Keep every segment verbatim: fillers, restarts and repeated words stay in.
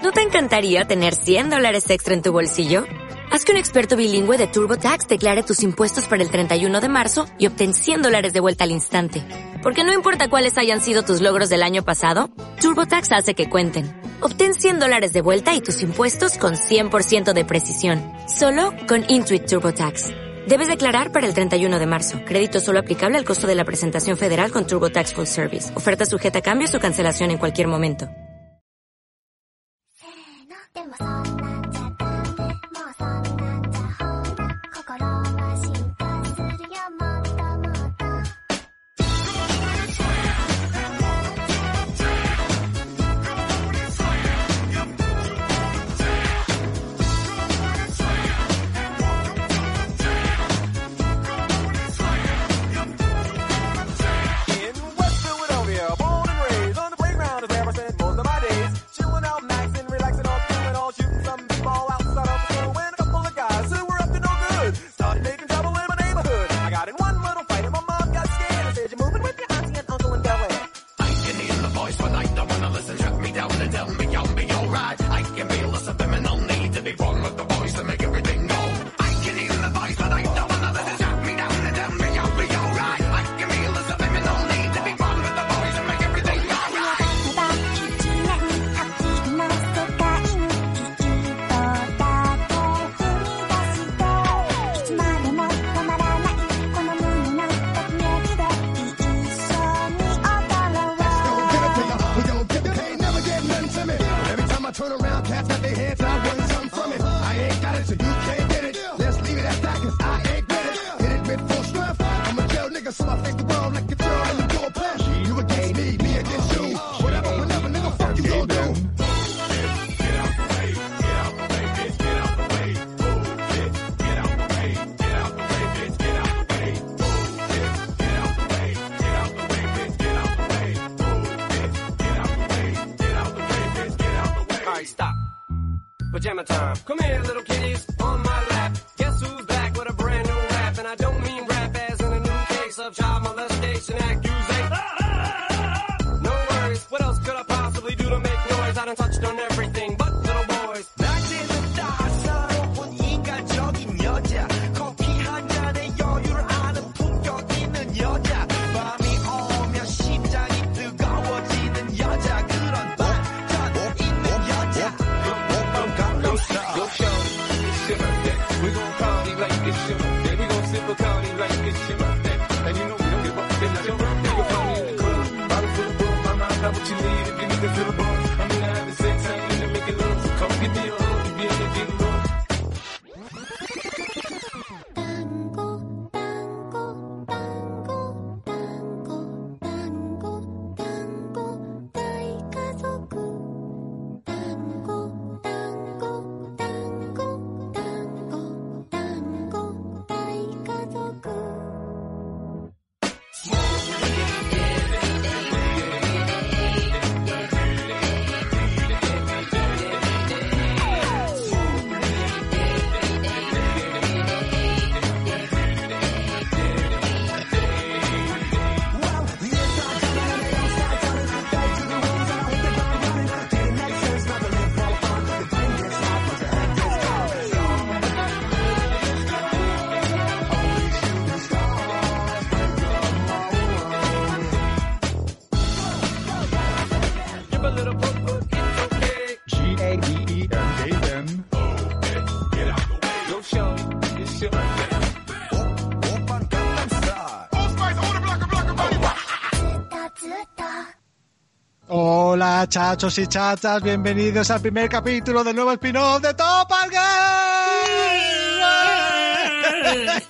¿No te encantaría tener cien dólares extra en tu bolsillo? Haz que un experto bilingüe de TurboTax declare tus impuestos para el treinta y uno de marzo y obtén cien dólares de vuelta al instante. Porque no importa cuáles hayan sido tus logros del año pasado, TurboTax hace que cuenten. Obtén cien dólares de vuelta y tus impuestos con cien por ciento de precisión. Solo con Intuit TurboTax. Debes declarar para el treinta y uno de marzo. Crédito solo aplicable al costo de la presentación federal con TurboTax Full Service. Oferta sujeta a cambios o cancelación en cualquier momento. Pajama time. Come here, little kitties, on my lap. Guess who's back with a brand new rap? And I don't mean rap as in a new case of child molestation accusation. No worries, what else could I possibly do to make noise? I done touched on everything but little boys. 낮에는 따사로운 인간적인 여자. 커피 한 잔에 여유를 아는 품격 있는 여자. 밤이 오면 심장이 뜨거워지는 여자. 그런 반전 있는 여자. Go show, it's your birthday. We gon' party like it's your birthday. We gon' sip a party like it's your birthday. And you know we don't give up, it's your birthday. You can find me in the club, bottle full of bug. My mind, not what you need if you need to feel the bug. I'm gonna have the same time and make it love. So come give me a hug, if you ain't getting love. Hola chachos y chachas, bienvenidos al primer capítulo del nuevo spin-off de Top Girl.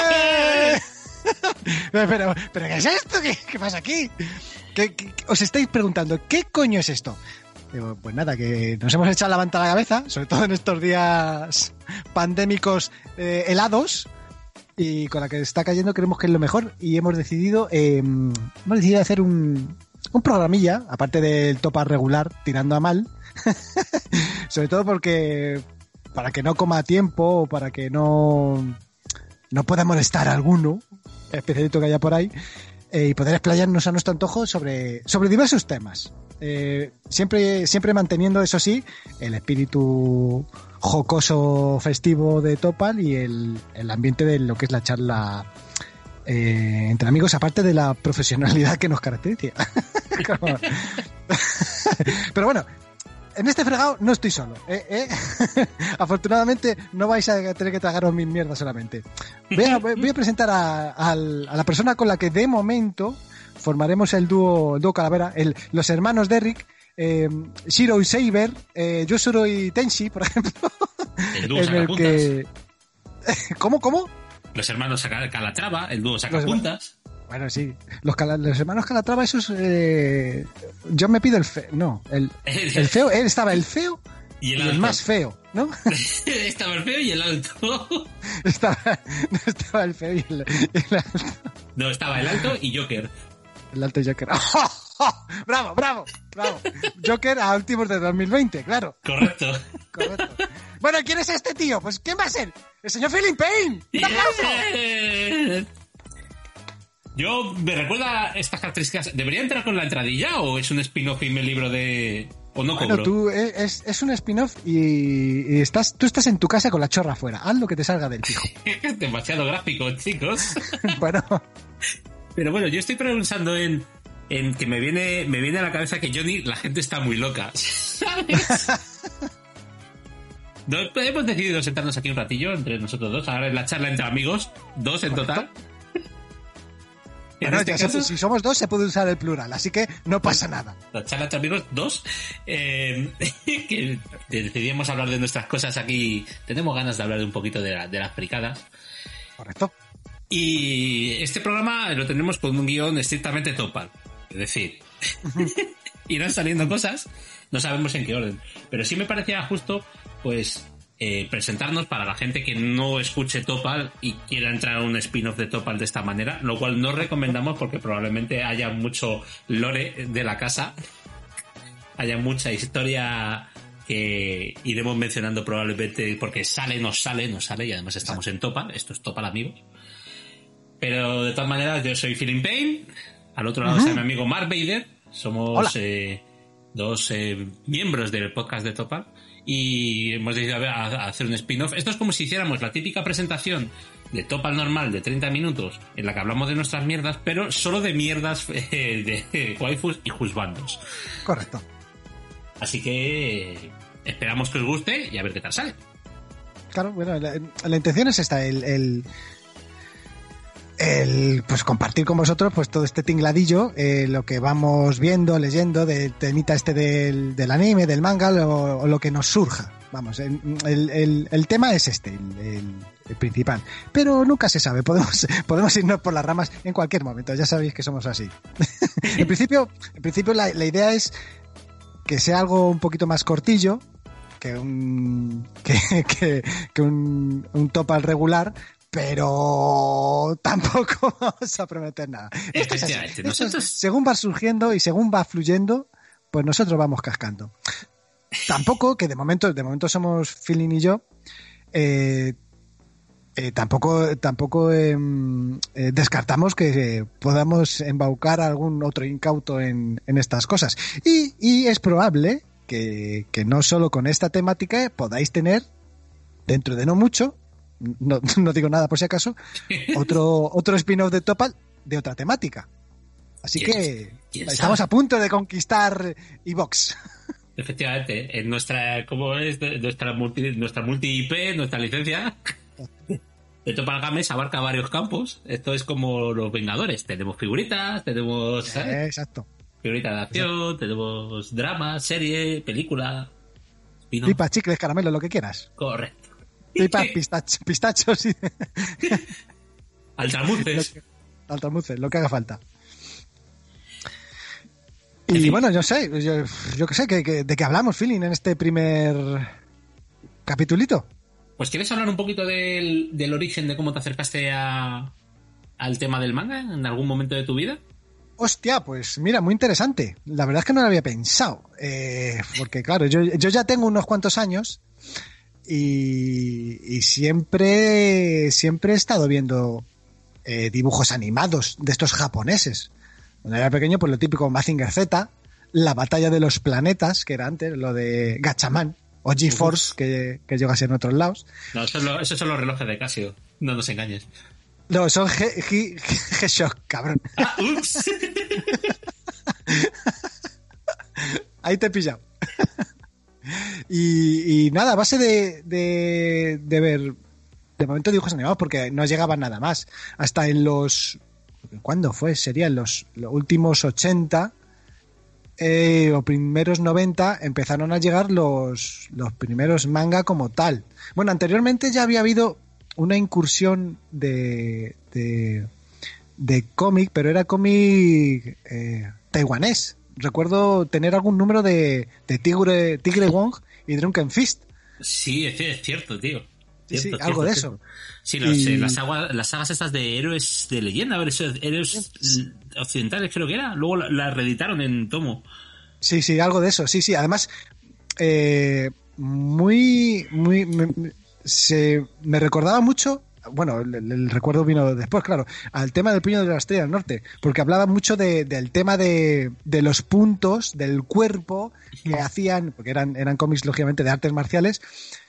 pero, pero ¿qué es esto? ¿Qué, qué pasa aquí? ¿Qué, qué, os estáis preguntando, ¿qué coño es esto? Digo, pues nada, que nos hemos echado la manta a la cabeza, sobre todo en estos días pandémicos eh, helados, y con la que está cayendo creemos que es lo mejor, y hemos decidido eh, hemos decidido hacer un, un programilla, aparte del topa regular, tirando a mal, sobre todo porque para que no coma a tiempo, o para que no, no pueda molestar a alguno, especialito que haya por ahí, eh, y poder explayarnos a nuestro antojo sobre, sobre diversos temas. Eh, siempre, siempre manteniendo, eso sí, el espíritu jocoso festivo de Topal y el, el ambiente de lo que es la charla eh, entre amigos, aparte de la profesionalidad que nos caracteriza. Como... Pero bueno, en este fregado no estoy solo, ¿eh? ¿Eh? Afortunadamente no vais a tener que tragaros mis mierdas solamente. Voy a, voy a presentar a, a, a la persona con la que de momento formaremos el dúo, el dúo Calavera, el, los hermanos Derrick, eh, Shiro y Saber, eh, Yosuro y Tenshi, por ejemplo. El dúo en el sacapuntas. que... ¿Cómo, cómo? Los hermanos saca Calatrava, el dúo sacapuntas. Bueno, sí. Los, cala, los hermanos Calatrava, esos... Eh... Yo me pido el feo. No, el, el feo. Él estaba el feo y el, y el más feo, ¿no? Estaba el feo y el alto. Estaba, no estaba el feo y el, y el alto. No, estaba el alto y Joker. El alto Joker. ¡Oh, oh! ¡Bravo, bravo, bravo! Joker a últimos de dos mil veinte, claro. Correcto. Correcto. Bueno, ¿quién es este tío? Pues ¿quién va a ser? ¡El señor Philip Payne! ¡Un aplauso! Yo, me recuerda estas características. ¿Debería entrar con la entradilla o es un spin-off y me libro de... o no cobro? Bueno, tú, es, es un spin-off y, y estás, tú estás en tu casa con la chorra afuera. Haz lo que te salga del pijo. Demasiado gráfico, chicos. Bueno... Pero bueno, yo estoy pensando en, en que me viene, me viene a la cabeza que Johnny, la gente está muy loca, ¿sabes? No, hemos decidido sentarnos aquí un ratillo entre nosotros dos, ahora en la charla entre amigos, dos en total. En Bueno, este ya caso, sabes, si somos dos se puede usar el plural, así que no pasa nada. La charla entre amigos, dos, eh, que decidimos hablar de nuestras cosas aquí, tenemos ganas de hablar de un poquito de, la, de las fricadas. Correcto. Y este programa lo tenemos con un guión estrictamente Topal. Es decir, irán saliendo cosas, no sabemos en qué orden. Pero sí me parecía justo, pues, eh, presentarnos para la gente que no escuche Topal y quiera entrar a un spin-off de Topal de esta manera, lo cual no recomendamos porque probablemente haya mucho lore de la casa, haya mucha historia que iremos mencionando probablemente porque sale, nos sale, nos sale y además estamos en Topal, esto es Topal, amigos. Pero de todas maneras, yo soy Philip Payne. Al otro lado uh-huh. está mi amigo Mark Vader. Somos eh, dos eh, miembros del podcast de Topal. Y hemos decidido a, a hacer un spin-off. Esto es como si hiciéramos la típica presentación de Topal normal de treinta minutos, en la que hablamos de nuestras mierdas, pero solo de mierdas eh, de waifus y juzbandos. Correcto. Así que eh, esperamos que os guste y a ver qué tal sale. Claro, bueno, la, la intención es esta, el... el... el pues compartir con vosotros pues todo este tingladillo, eh, lo que vamos viendo, leyendo del temita este del, del anime, del manga o, o lo que nos surja. Vamos, el, el, el tema es este, el, el, el principal. Pero nunca se sabe, podemos, podemos irnos por las ramas en cualquier momento, ya sabéis que somos así. en principio, en principio la, la idea es que sea algo un poquito más cortillo, que un, que, que, que un, un Topal regular, pero tampoco vamos a prometer nada. Esto es así. Nosotros... es, según va surgiendo y según va fluyendo, pues nosotros vamos cascando. Tampoco, que de momento, de momento somos Feeling y yo, eh, eh, tampoco, tampoco eh, eh, descartamos que eh, podamos embaucar a algún otro incauto en, en estas cosas. Y, y es probable que, que no solo con esta temática podáis tener, dentro de no mucho, No, no digo nada por si acaso, otro otro spin-off de Topal de otra temática. Así que estamos a punto de conquistar iVox. Efectivamente, en nuestra, ¿cómo es? Nuestra multi, nuestra multi-I P, nuestra licencia de Topal Games abarca varios campos. Esto es como los Vengadores. Tenemos figuritas, tenemos... ¿sabes? Eh, exacto. Figuritas de acción, exacto. Tenemos drama, serie, película... Pipas, chicles, caramelos, lo que quieras. Correcto. Pipas, pistach, pistachos y... Altramuces. Altramuces, lo que haga falta. Y sí, bueno, yo sé, yo, yo que sé, que, que, ¿de qué hablamos, Feeling, en este primer capitulito? Pues ¿quieres hablar un poquito del, del origen de cómo te acercaste a, al tema del manga en algún momento de tu vida? Hostia, pues mira, muy interesante. La verdad es que no lo había pensado. Eh, porque claro, yo, yo ya tengo unos cuantos años... Y, y siempre siempre he estado viendo eh, dibujos animados de estos japoneses. Cuando era pequeño, pues lo típico, Mazinger Z, la batalla de los planetas, que era antes, lo de Gatchaman, o GeForce, que, que llegase en otros lados. No, eso es lo- esos son los relojes de Casio, no nos engañes. No, son G- G- G-Shock, cabrón. Ah, ups. Ahí te he pillado. y, y nada, a base de, de, de ver, de momento dibujos animados, porque no llegaba nada más. Hasta en los... ¿Cuándo fue? Serían los, los últimos ochenta eh, o primeros noventa empezaron a llegar los, los primeros manga como tal. Bueno, anteriormente ya había habido una incursión de, de, de cómic, pero era cómic eh, taiwanés. Recuerdo tener algún número de, de Tigre, Tigre Wong y Drunken Fist. Sí, es, es cierto, tío. Sí, Cierto, sí, algo cierto, de cierto. eso. Sí, los, Y- eh, las, agua- las sagas estas de héroes de leyenda, a ver, esos héroes occidentales creo que era. Luego la- las reeditaron en tomo. Sí, sí, algo de eso, sí, sí. Además, eh, muy, muy, me, me- se, me recordaba mucho, bueno, el, el recuerdo vino después, claro, al tema del puño de la estrella del norte, porque hablaba mucho de, del tema de, de los puntos del cuerpo que hacían, porque eran, eran cómics, lógicamente, de artes marciales,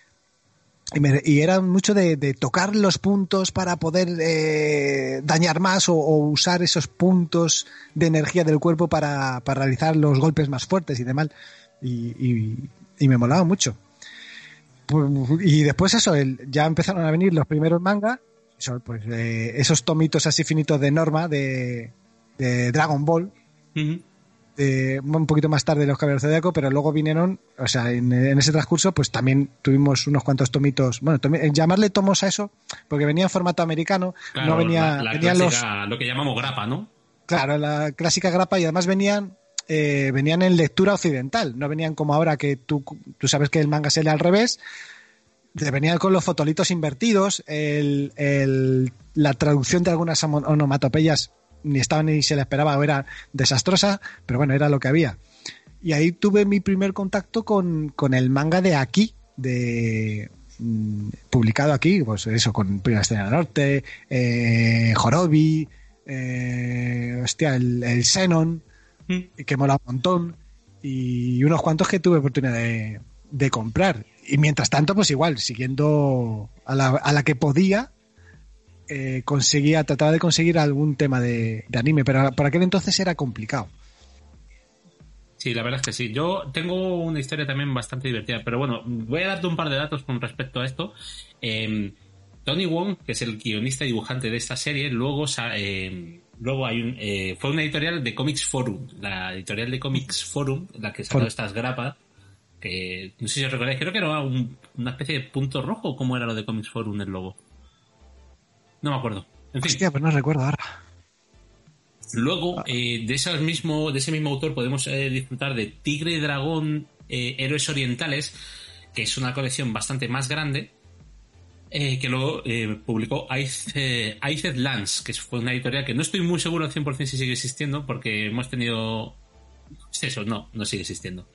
y, me- y eran mucho de, de tocar los puntos para poder eh, dañar más o, o usar esos puntos de energía del cuerpo para, para realizar los golpes más fuertes y demás. Y, y, y me molaba mucho. Pues, y después eso, el- ya empezaron a venir los primeros mangas, eso, pues, eh, esos tomitos así finitos de Norma, de, de Dragon Ball, Ujú. eh, un poquito más tarde los Caballeros Zodíaco, pero luego vinieron, o sea, en, en ese transcurso, pues también tuvimos unos cuantos tomitos, bueno, tomi- en llamarle tomos a eso, porque venía en formato americano, Claro, no venía, la, la venían los, clásica, lo que llamamos grapa, ¿no? claro, la clásica grapa, y además venían, eh, venían en lectura occidental, no venían como ahora que tú, tú sabes que el manga se lee al revés, te venían con los fotolitos invertidos, el, el- la traducción de algunas ono- onomatopeyas ni estaba ni se le esperaba o era desastrosa, pero bueno, era lo que había. Y ahí tuve mi primer contacto con, con el manga de aquí, de mm, publicado aquí, pues eso, con Primera Estrella del Norte, eh, Jorobi, eh, hostia, el, el Xenon, Mm. que mola un montón, y unos cuantos que tuve oportunidad de, de comprar. Y mientras tanto, pues igual, siguiendo a la, a la que podía, eh, conseguía, trataba de conseguir algún tema de, de anime, pero por aquel entonces era complicado. Sí, la verdad es que sí. Yo tengo una historia también bastante divertida, pero bueno, voy a darte un par de datos con respecto a esto. Eh, Tony Wong, que es el guionista y dibujante de esta serie, luego, sa- eh, luego hay un, eh, fue una editorial de Comics Forum, la editorial de Comics Forum, la que sacó Forum. estas grapas, que no sé si os recordáis, creo que era un- una especie de punto rojo, ¿cómo era lo de Comics Forum el logo? No me acuerdo. En fin. Hostia, pues no recuerdo ahora. Luego, eh, de, esos mismo, de ese mismo autor podemos eh, disfrutar de Tigre y Dragón, eh, Héroes Orientales, que es una colección bastante más grande, eh, que luego eh, publicó Aiced Lands, que fue una editorial que no estoy muy seguro al cien por ciento si sigue existiendo, porque hemos tenido... Es eso, no, no sigue existiendo.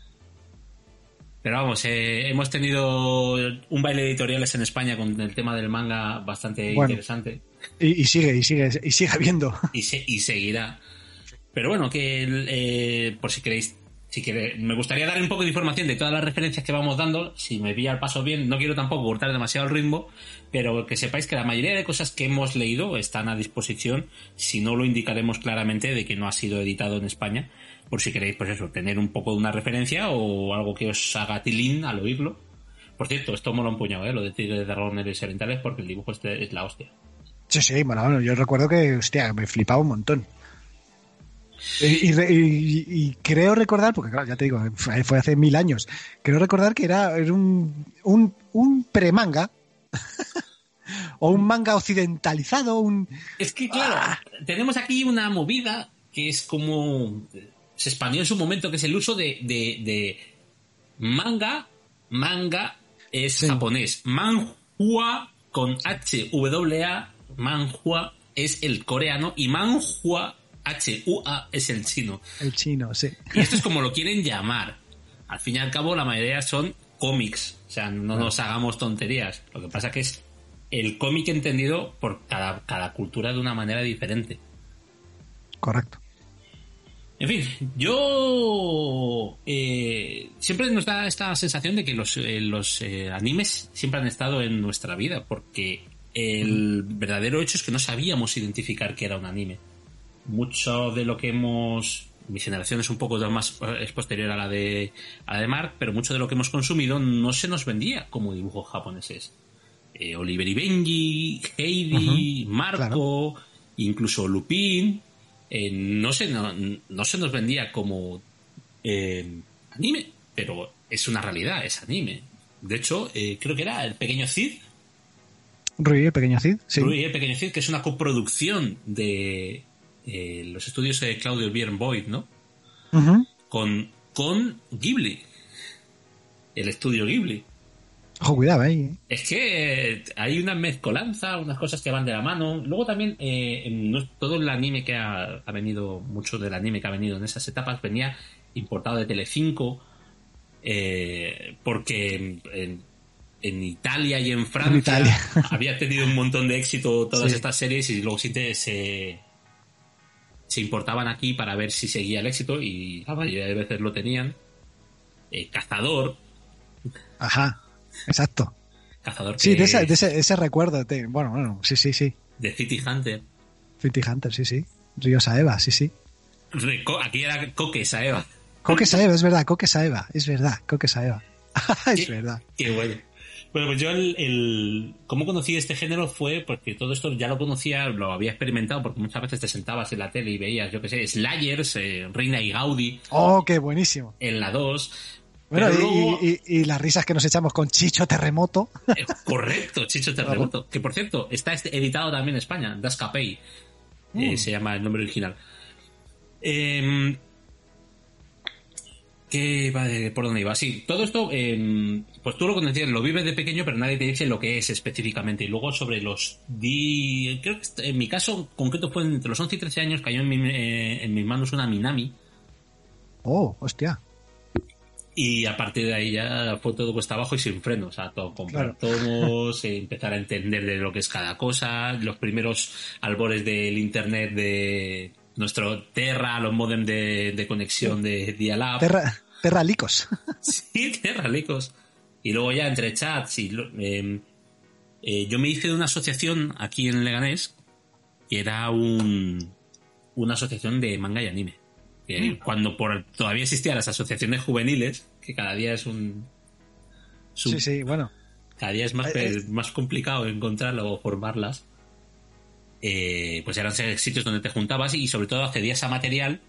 Pero vamos, eh, hemos tenido un baile de editoriales en España con el tema del manga bastante Bueno. interesante. Y, y sigue, y sigue, y sigue habiendo. y, se, y seguirá. Pero bueno, que eh, por si queréis, si queréis, me gustaría dar un poco de información de todas las referencias que vamos dando. Si me pilla el paso bien, no quiero tampoco cortar demasiado el ritmo, pero que sepáis que la mayoría de cosas que hemos leído están a disposición. Si no, lo indicaremos claramente de que no ha sido editado en España, por si queréis, pues eso, tener un poco de una referencia o algo que os haga tilín al oírlo. Por cierto, esto mola un puñado, ¿eh? Lo de Tigre de Dragón Héroes Orientales, porque el dibujo este es la hostia. Sí, sí, bueno, bueno, yo recuerdo que, hostia, me flipaba un montón. Y, y, y- y creo recordar, porque claro, ya te digo, fue, fue hace mil años, creo recordar que era, era un, un, un pre-manga, o un manga occidentalizado, un... Es que, claro, tenemos aquí una movida que es como... Se expandió en su momento, que es el uso de, de, de manga. Manga es Sí. japonés. Manhua con H W A, manhua es el coreano y manhua, H U A, es el chino. El chino, sí. Y esto es como lo quieren llamar. Al fin y al cabo, la mayoría son cómics. O sea, no nos hagamos tonterías. Lo que pasa que es el cómic entendido por cada, cada cultura de una manera diferente. Correcto. En fin, yo eh, siempre nos da esta sensación de que los, eh, los eh, animes siempre han estado en nuestra vida, porque el verdadero hecho es que no sabíamos identificar qué era un anime. Mucho de lo que hemos... Mi generación es un poco más es posterior a la de a la de Mark, pero mucho de lo que hemos consumido no se nos vendía como dibujos japoneses. Eh, Oliver y Benji, Heidi, uh-huh, Marco, claro. Incluso Lupin... Eh, no, se, no, no se nos vendía como eh, anime, pero es una realidad, es anime. De hecho, eh, creo que era El Pequeño Cid. Rui, El Pequeño Cid, sí. Rui, El Pequeño Cid, que es una coproducción de eh, los estudios de Claudio Björn-Voigt, ¿no? Uh-huh. Con, con Ghibli, el estudio Ghibli. Ojo, cuidado ahí. ¿eh? Es que hay una mezcolanza, unas cosas que van de la mano. Luego también, eh, no, todo el anime que ha, ha venido, mucho del anime que ha venido en esas etapas venía importado de Telecinco, eh, porque en, en Italia y en Francia en Italia. había tenido un montón de éxito todas sí. estas series y luego sí te, se, se importaban aquí para ver si seguía el éxito y la mayoría de veces lo tenían. Eh, Cazador. Ajá. Exacto. Cazador que sí, de, ese, de ese, ese recuerdo. De, bueno, bueno, sí, sí, sí. De City Hunter. City Hunter, sí, sí. Río Saeva, sí, sí. Aquí era Koke Saeva. Koke Saeva, es verdad, Koke Saeva. Es verdad, Koke Saeva. es qué, verdad. Qué bueno. Bueno, pues yo el, el... ¿Cómo conocí este género? Fue porque todo esto ya lo conocía, lo había experimentado, porque muchas veces te sentabas en la tele y veías, yo qué sé, Slayers, eh, Reina y Gaudi. ¡Oh, qué buenísimo! En la dos... Bueno, y, luego... y, y, y las risas que nos echamos con Chicho Terremoto. Eh, correcto, Chicho Terremoto. Claro. Que por cierto, está editado también en España. Das Capei mm. eh, se llama el nombre original. Eh, ¿Qué va de, ¿Por dónde iba? Sí, todo esto, eh, pues tú lo conocías, lo vives de pequeño, pero nadie te dice lo que es específicamente. Y luego sobre los... Di, creo que en mi caso concreto fue entre los once y trece años, cayó en, mi, eh, en mis manos una Minami. Oh, hostia. Y a partir de ahí ya fue todo cuesta abajo y sin freno. O sea, todo, comprar claro. tomos, eh, empezar a entender de lo que es cada cosa, los primeros albores del internet de nuestro Terra, los modems de, de conexión de Dial-Up. Terra, Terralicos. Sí, Terralicos. Y luego ya entre chats y... Eh, eh, yo me hice de una asociación aquí en Leganés que era un, una asociación de manga y anime. Eh, cuando por, todavía existían las asociaciones juveniles, que cada día es un... Es un sí, sí, bueno. Cada día es más, eh, más complicado encontrarlo o formarlas. Eh, pues eran sitios donde te juntabas y sobre todo accedías a material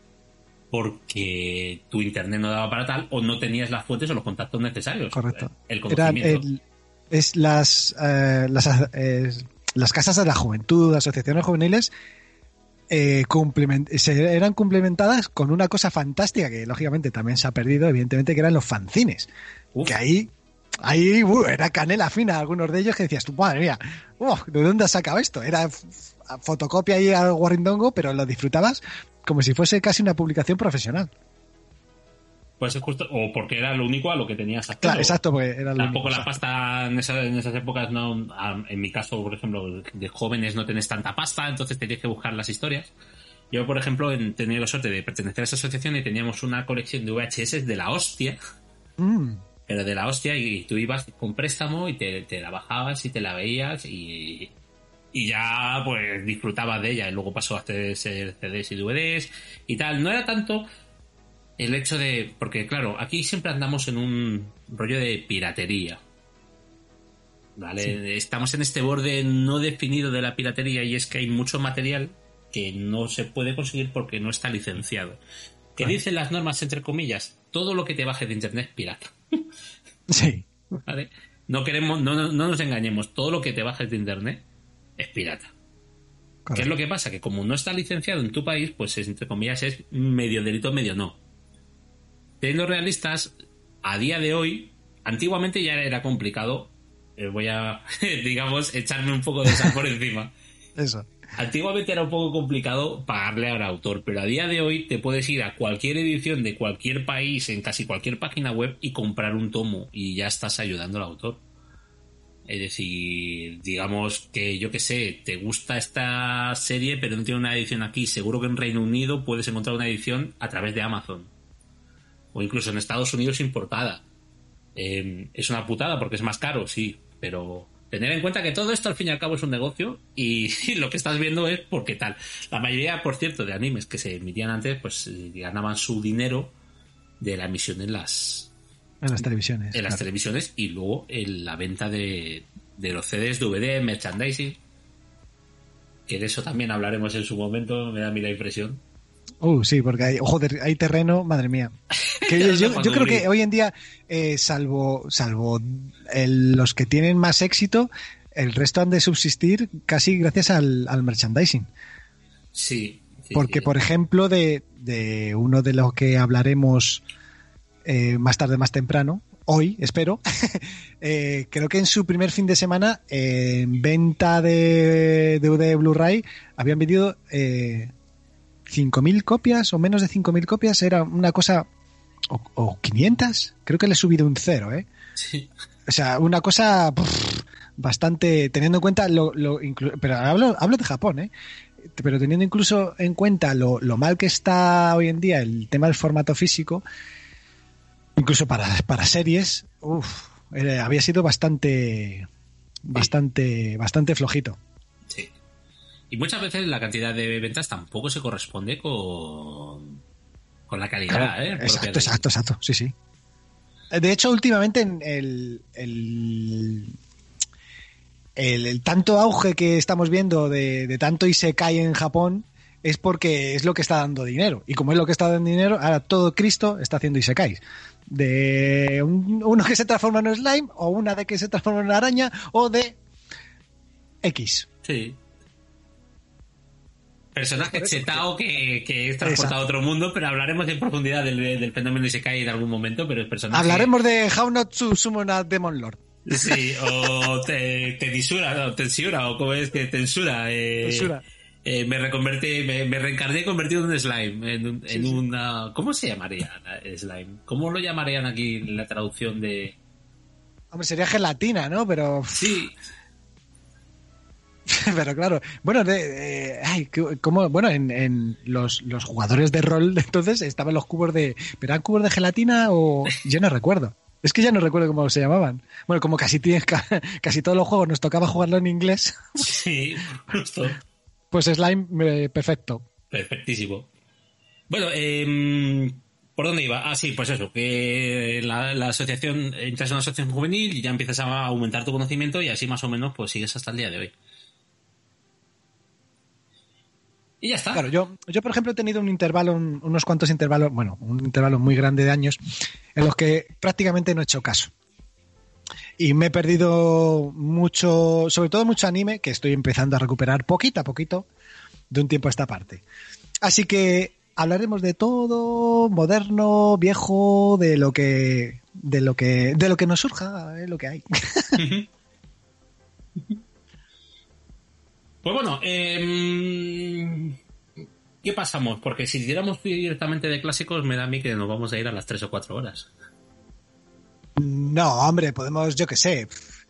porque tu internet no daba para tal o no tenías las fuentes o los contactos necesarios. Correcto. El conocimiento. El, es las, eh, las, eh, las casas de la juventud, asociaciones juveniles... Eh, complement- se eran complementadas con una cosa fantástica que lógicamente también se ha perdido, evidentemente, que eran los fanzines. Uf. Que ahí, ahí uh, era canela fina algunos de ellos que decías tú, madre mía, uh, ¿de dónde has sacado esto? Era f- fotocopia ahí al guarrindongo, pero lo disfrutabas como si fuese casi una publicación profesional. Pues es justo, o porque era lo único a lo que tenías acceso. Claro, exacto, porque era lo Tampoco único, la pasta en, esa, en esas épocas, no, en mi caso, por ejemplo, de jóvenes no tenés tanta pasta, entonces tenías que buscar las historias. Yo, por ejemplo, he tenido la suerte de pertenecer a esa asociación y teníamos una colección de V H S de la hostia, mm. pero de la hostia, y tú ibas con préstamo y te, te la bajabas y te la veías y, y ya pues disfrutabas de ella. Y luego pasó a ser C Ds y D V Ds y tal. No era tanto... El hecho de... Porque, claro, aquí siempre andamos en un rollo de piratería. ¿Vale? Sí. Estamos en este borde no definido de la piratería y es que hay mucho material que no se puede conseguir porque no está licenciado. ¿Qué vale. dicen las normas, entre comillas? Todo lo que te baje de internet es pirata. Sí. ¿Vale? No queremos... No, no, no nos engañemos. Todo lo que te bajes de internet es pirata. Correcto. ¿Qué es lo que pasa? Que como no está licenciado en tu país, pues es, entre comillas es medio delito, medio no. Siendo realistas, a día de hoy, antiguamente ya era complicado, eh, voy a, digamos, echarme un poco de sal por encima. Eso. Antiguamente era un poco complicado pagarle al autor, pero a día de hoy te puedes ir a cualquier edición de cualquier país, en casi cualquier página web, y comprar un tomo, y ya estás ayudando al autor. Es decir, digamos que yo que sé, te gusta esta serie pero no tiene una edición aquí. Seguro que en Reino Unido puedes encontrar una edición a través de Amazon. O incluso en Estados Unidos importada. Eh, es una putada porque es más caro, sí, pero tener en cuenta que todo esto al fin y al cabo es un negocio y, y lo que estás viendo es porque tal. La mayoría, por cierto, de animes que se emitían antes, pues ganaban su dinero de la emisión en las en las televisiones. En las claro. televisiones y luego en la venta de, de los C Ds, D V D, merchandising. Que de eso también hablaremos en su momento, me da a mí la impresión. Uh, sí, porque hay, joder, hay terreno, madre mía. Que yo, yo, yo creo que hoy en día, eh, salvo, salvo el, los que tienen más éxito, el resto han de subsistir casi gracias al, al merchandising. Sí. sí porque, sí. por ejemplo, de, de uno de los que hablaremos eh, más tarde, más temprano, hoy, espero, eh, creo que en su primer fin de semana, eh, en venta de D V D Blu-ray, habían vendido eh, cinco mil copias o menos de cinco mil copias, era una cosa, o, o quinientas, creo que le he subido un cero, ¿eh? Sí. O sea, una cosa pff, bastante, teniendo en cuenta, lo, lo inclu- pero hablo, hablo de Japón, ¿eh? Pero teniendo incluso en cuenta lo, lo mal que está hoy en día el tema del formato físico, incluso para, para series, uf, eh, había sido bastante, bastante, bastante flojito. Sí. Y muchas veces la cantidad de ventas tampoco se corresponde con, con la calidad, Claro, ¿eh? Exacto, Propia exacto, exacto, sí, sí. De hecho, últimamente en el, el, el, el tanto auge que estamos viendo de, de tanto Isekai en Japón es porque es lo que está dando dinero. Y como es lo que está dando dinero, ahora todo Cristo está haciendo Isekais. De un, uno que se transforma en slime, o una de que se transforma en una araña, o de X. Sí. Personaje Por eso, chetao que, que es transportado a otro mundo, pero hablaremos en profundidad del, del fenómeno Isekai en algún momento, pero el personaje... Hablaremos de How Not to Summon a Demon Lord. Sí, o te, te disura, no, tensura, o como es que tensura. Eh, Tensura. Eh, me reconvertí, me, me reencarné convertido en un slime, en, un, Sí, en sí. una... ¿Cómo se llamaría slime? ¿Cómo lo llamarían aquí en la traducción de...? Hombre, sería gelatina, ¿no? Pero... Sí, Pero claro, bueno, de, de- ay, que- como, bueno, en, en los, los jugadores de rol de entonces estaban los cubos de, ¿pero eran cubos de gelatina o yo no recuerdo? Es que ya no recuerdo cómo se llamaban. Bueno, como casi tienes, casi todos los juegos nos tocaba jugarlo en inglés, sí, justo. pues slime eh, perfecto. Perfectísimo. Bueno, eh, ¿por dónde iba? Ah, sí, pues eso, que la, la asociación, entras en una asociación juvenil y ya empiezas a aumentar tu conocimiento y así más o menos pues sigues hasta el día de hoy. Y ya está. Claro, yo, yo por ejemplo he tenido un intervalo, un- unos cuantos intervalos, bueno, un intervalo muy grande de años en los que prácticamente no he hecho caso. Y me he perdido mucho, sobre todo mucho anime, que estoy empezando a recuperar poquito a poquito de un tiempo a esta parte. Así que hablaremos de todo, moderno, viejo, de lo que, de lo que, de lo que nos surja, es lo que hay. Pues bueno, eh, ¿qué pasamos? Porque si tiramos directamente de clásicos, me da a mí que nos vamos a ir a las tres o cuatro horas. No, hombre, podemos, yo qué sé.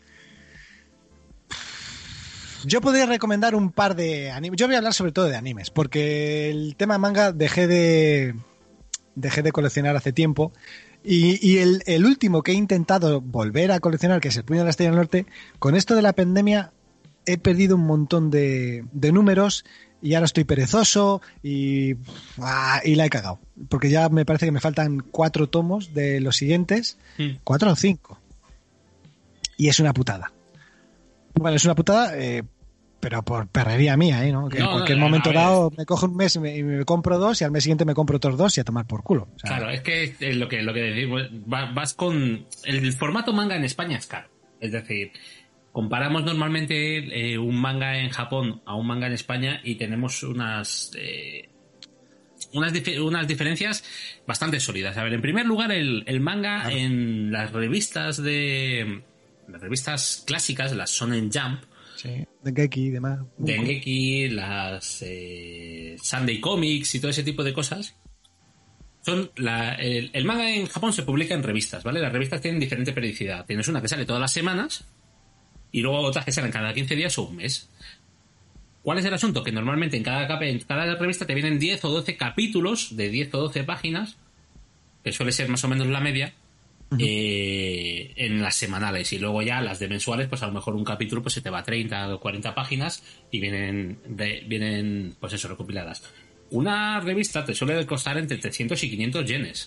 Yo podría recomendar un par de animes. Yo voy a hablar sobre todo de animes, porque el tema manga dejé de dejé de coleccionar hace tiempo. Y, y el, el último que he intentado volver a coleccionar, que es el Puño de la Estrella del Norte, con esto de la pandemia he perdido un montón de, de números y ahora estoy perezoso y, ah, y la he cagado. Porque ya me parece que me faltan cuatro tomos de los siguientes, Mm. cuatro o cinco. Y es una putada. Bueno, es una putada, eh, pero por perrería mía, ¿eh? ¿no? Que No, en cualquier no, momento a ver. dado me cojo un mes y me, y me compro dos y al mes siguiente me compro otros dos y a tomar por culo. O sea, Claro, es que es lo que lo que decimos, va- vas con el formato manga en España es caro. Es decir, comparamos normalmente eh, un manga en Japón a un manga en España y tenemos unas eh, unas, dif- unas diferencias bastante sólidas. A ver, en primer lugar, el, el manga Claro. en las revistas de las revistas clásicas, las Shonen Jump, sí, Dengeki y demás. Dengeki, las eh, Sunday Comics y todo ese tipo de cosas. Son la, el, el manga en Japón se publica en revistas, ¿vale? Las revistas tienen diferente periodicidad. Tienes una que sale todas las semanas y luego otras que salen cada quince días o un mes. ¿Cuál es el asunto? Que normalmente en cada, cap- en cada revista te vienen diez o doce capítulos de diez o doce páginas, que suele ser más o menos la media, uh-huh. eh, en las semanales. Y luego ya las de mensuales, pues a lo mejor un capítulo pues se te va a treinta o cuarenta páginas y vienen, de, vienen pues eso, recopiladas. Una revista te suele costar entre trescientos y quinientos yenes.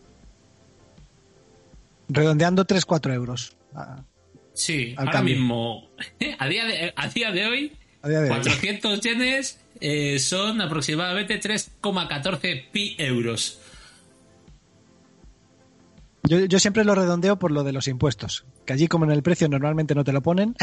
Redondeando tres a cuatro euros. Ah, sí, ahora cambio. mismo, a día de, a día de hoy... De cuatrocientos yenes eh, son aproximadamente tres coma catorce pi euros. Yo, yo siempre lo redondeo por lo de los impuestos, que allí como en el precio normalmente no te lo ponen.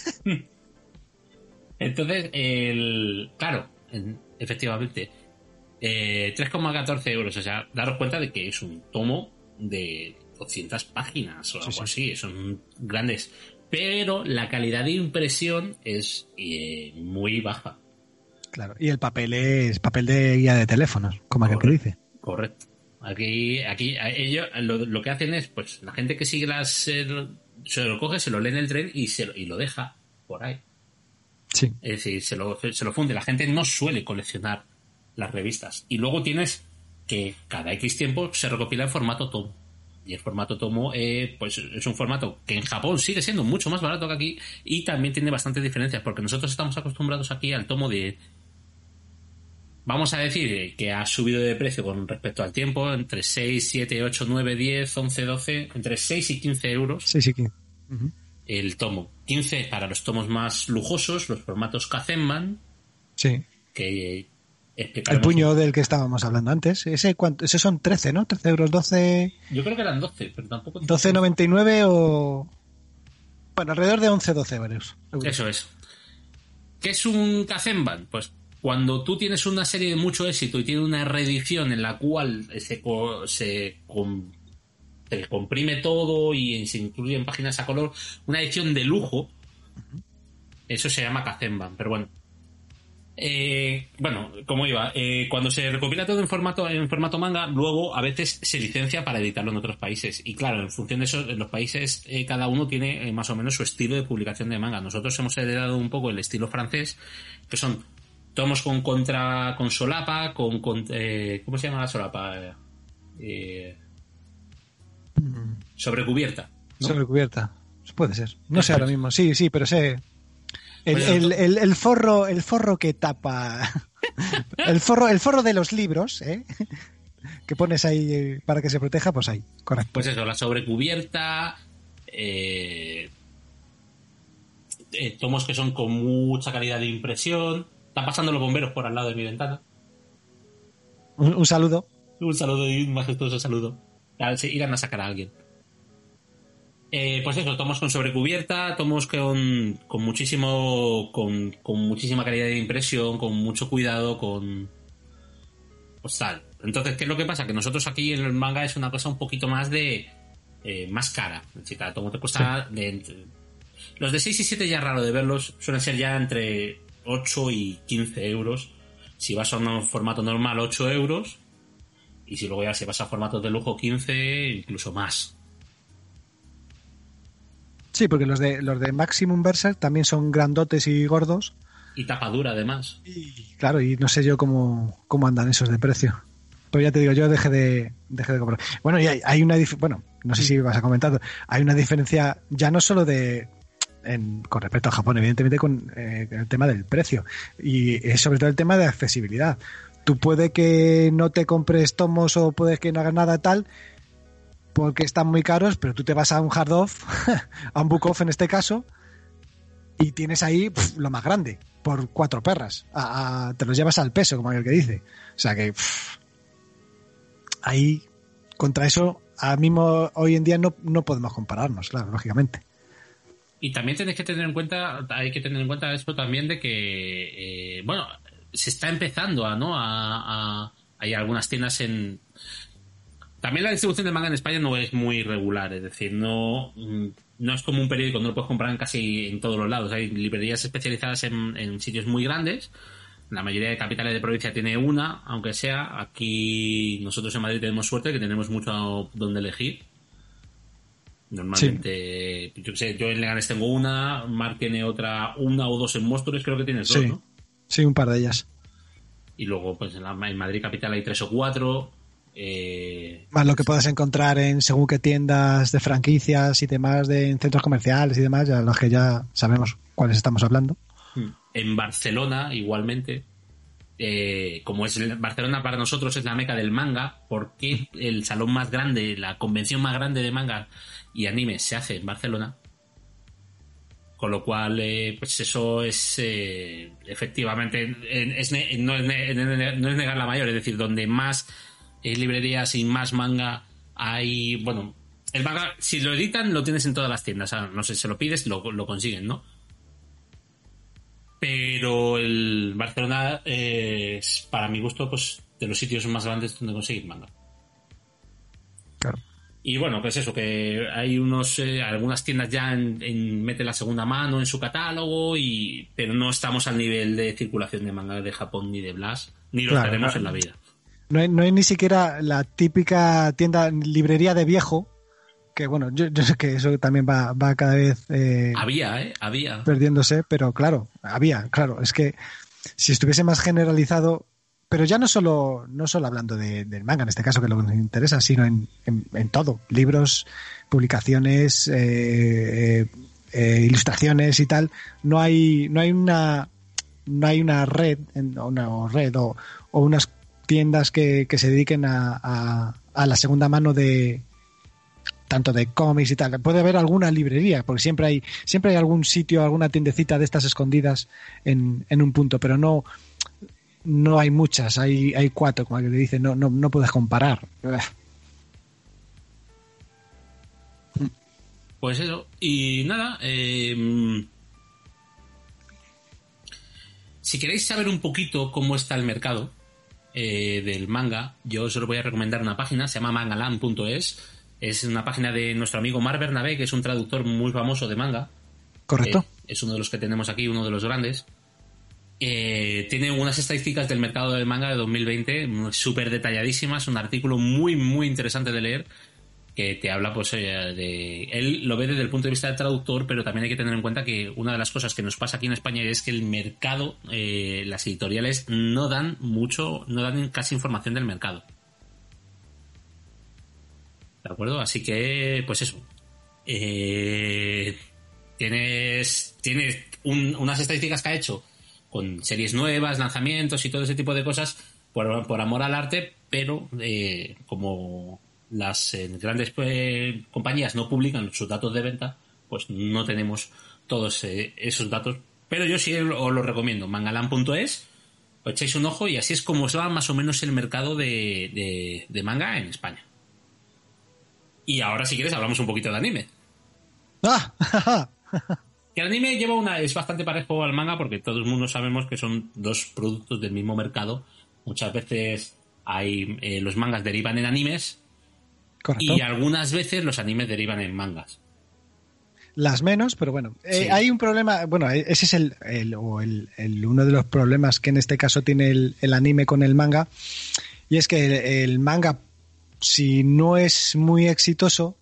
Entonces, el claro, efectivamente, eh, tres coma catorce euros. O sea, daros cuenta de que es un tomo de doscientas páginas o algo sí, sí. así, son grandes. Pero la calidad de impresión es eh, muy baja. Claro, y el papel es papel de guía de teléfonos, como aquel que dice. Correcto. Aquí, aquí ellos lo, lo que hacen es, pues, la gente que sigue las... Eh, se lo coge, se lo lee en el tren y, se lo, y lo deja por ahí. Sí. Es decir, se lo, se lo funde. La gente no suele coleccionar las revistas. Y luego tienes que cada X tiempo se recopila en formato tomo. Y el formato tomo, eh, pues es un formato que en Japón sigue siendo mucho más barato que aquí y también tiene bastantes diferencias, porque nosotros estamos acostumbrados aquí al tomo de, vamos a decir, que ha subido de precio con respecto al tiempo, entre seis, siete, ocho, nueve, diez, once, doce, entre seis y quince euros. seis y quince. Uh-huh. El tomo. quince para los tomos más lujosos, los formatos Kazenman. Sí. Que... El puño del que estábamos hablando antes. Ese, ¿cuánto? Ese son trece, ¿no? trece euros, doce... Yo creo que eran doce, pero tampoco... doce noventa y nueve o... Bueno, alrededor de once, doce euros. Eso es. ¿Qué es un Kazenban? Pues cuando tú tienes una serie de mucho éxito y tienes una reedición en la cual se, se, com, se comprime todo y se incluyen páginas a color, una edición de lujo, eso se llama Kazenban, pero bueno. Eh, bueno, como iba, eh, cuando se recopila todo en formato en formato manga, luego a veces se licencia para editarlo en otros países. Y claro, en función de eso, en los países eh, cada uno tiene eh, más o menos su estilo de publicación de manga. Nosotros hemos heredado un poco el estilo francés, que son tomos con contra con solapa, con, con eh, ¿cómo se llama la solapa? Eh, sobrecubierta, ¿no? Sobrecubierta, puede ser. No sé ahora mismo. Sí, sí, pero sé. El, Pues el, el, el forro el forro que tapa el forro el forro de los libros, ¿eh? Que pones ahí eh, para que se proteja, pues ahí, correcto. Pues eso, la sobrecubierta, eh, eh, tomos que son con mucha calidad de impresión. Están pasando los bomberos por al lado de mi ventana. Un, un saludo. Un saludo y un majestuoso saludo. A ver si irán a sacar a alguien. Eh, pues eso, tomos con sobrecubierta, tomos con, con muchísimo, con, con muchísima calidad de impresión, con mucho cuidado, con... Pues tal. Entonces, ¿qué es lo que pasa? Que nosotros aquí en el manga es una cosa un poquito más de... Eh, más cara. Es decir, cada tomo te cuesta... Sí. De, entre, los de seis y siete ya es raro de verlos, suelen ser ya entre ocho y quince euros. Si vas a un formato normal, ocho euros. Y si luego ya se vas a formatos de lujo, quince, incluso más. Sí, porque los de los de Maximum Berserk también son grandotes y gordos. Y tapa dura, además. Y claro, y no sé yo cómo, cómo andan esos de precio. Pero ya te digo, yo dejé de dejé de comprar. Bueno, y hay, hay una dif- bueno, no sé si vas a comentar, hay una diferencia ya no solo de en, con respecto a Japón, evidentemente con eh, el tema del precio y es sobre todo el tema de accesibilidad. Tú puede que no te compres tomos o puedes que no hagas nada tal porque están muy caros, pero tú te vas a un hard off, a un book off en este caso, y tienes ahí pff, lo más grande, por cuatro perras. A, a, te los llevas al peso, como el que dice. O sea que pff, ahí, contra eso, ahora mismo, hoy en día no, no podemos compararnos, claro, lógicamente. Y también tienes que tener en cuenta, hay que tener en cuenta esto también de que, eh, bueno, se está empezando a, ¿no? A, a, hay algunas tiendas en... También la distribución de manga en España no es muy regular, es decir, no, no es como un periódico, no lo puedes comprar en casi en todos los lados. Hay librerías especializadas en, en sitios muy grandes. La mayoría de capitales de provincia tiene una, aunque sea. Aquí nosotros en Madrid tenemos suerte que tenemos mucho donde elegir. Normalmente, sí. yo qué sé, yo en Leganés tengo una, Marc tiene otra, una o dos en Móstoles, creo que tienes dos, sí. ¿no? Sí, un par de ellas. Y luego, pues en, la, en Madrid Capital hay tres o cuatro. Eh, Más lo que puedas encontrar en según qué tiendas de franquicias y demás, de en centros comerciales y demás, ya los que ya sabemos cuáles estamos hablando. En Barcelona, igualmente, eh, como es el, Barcelona para nosotros es la meca del manga, porque el salón más grande, la convención más grande de manga y anime se hace en Barcelona. Con lo cual, eh, pues eso es eh, efectivamente es ne- no, es ne- no es negar la mayor, es decir, donde más eh, librerías y más manga hay. Bueno, el manga, si lo editan, lo tienes en todas las tiendas. Ah, no sé, se lo pides, lo, lo consiguen, ¿no? Pero el Barcelona eh, es, para mi gusto, pues de los sitios más grandes donde conseguir manga. Claro. Y bueno, pues eso, que hay unos eh, algunas tiendas ya en, en mete la segunda mano en su catálogo, y pero no estamos al nivel de circulación de manga de Japón ni de Blast, ni lo Claro, estaremos claro. en la vida. No hay, no hay ni siquiera la típica tienda, librería de viejo, que bueno, yo, yo sé que eso también va, va cada vez eh, Había, ¿eh? Había. perdiéndose, pero claro, había, claro, es que si estuviese más generalizado, pero ya no solo, no solo hablando de, del manga en este caso, que es lo que nos interesa, sino en, en, en todo, libros, publicaciones, eh, eh, eh, ilustraciones y tal, no hay, no hay una, no hay una red, una o red o, o unas tiendas que, que se dediquen a, a, a la segunda mano de tanto de cómics y tal. Puede haber alguna librería, porque siempre hay siempre hay algún sitio, alguna tiendecita de estas escondidas en, en un punto, pero no no hay muchas, hay hay cuatro, como que le dicen, no no no puedes comparar. Pues eso. Y nada, eh, si queréis saber un poquito cómo está el mercado eh, del manga, yo os voy a recomendar una página, se llama mangaland punto es. Es una página de nuestro amigo Mar Bernabé, que es un traductor muy famoso de manga. Correcto. Eh, es uno de los que tenemos aquí, uno de los grandes. Eh, tiene unas estadísticas del mercado del manga de dos mil veinte súper detalladísimas, un artículo muy, muy interesante de leer, que te habla, pues, eh, de... Él lo ve desde el punto de vista del traductor, pero también hay que tener en cuenta que una de las cosas que nos pasa aquí en España es que el mercado, eh, las editoriales no dan mucho, no dan casi información del mercado. ¿De acuerdo? Así que, pues eso. Eh, tienes tienes un, unas estadísticas que ha hecho con series nuevas, lanzamientos y todo ese tipo de cosas por, por amor al arte, pero eh, como las eh, grandes eh, compañías no publican sus datos de venta, pues no tenemos todos eh, esos datos. Pero yo sí os lo recomiendo. mangaland punto es, os echáis un ojo y así es como se va más o menos el mercado de, de, de manga en España. Y ahora, si quieres, hablamos un poquito de anime. ¡Ah! Que el anime lleva una es bastante parejo al manga, porque todo el mundo sabemos que son dos productos del mismo mercado. Muchas veces hay eh, los mangas derivan en animes. Correcto. Y algunas veces los animes derivan en mangas. Las menos, pero bueno, Sí. eh, hay un problema, bueno, ese es el, el, o el, el uno de los problemas que en este caso tiene el, el anime con el manga, y es que el, el manga, si no es muy exitoso,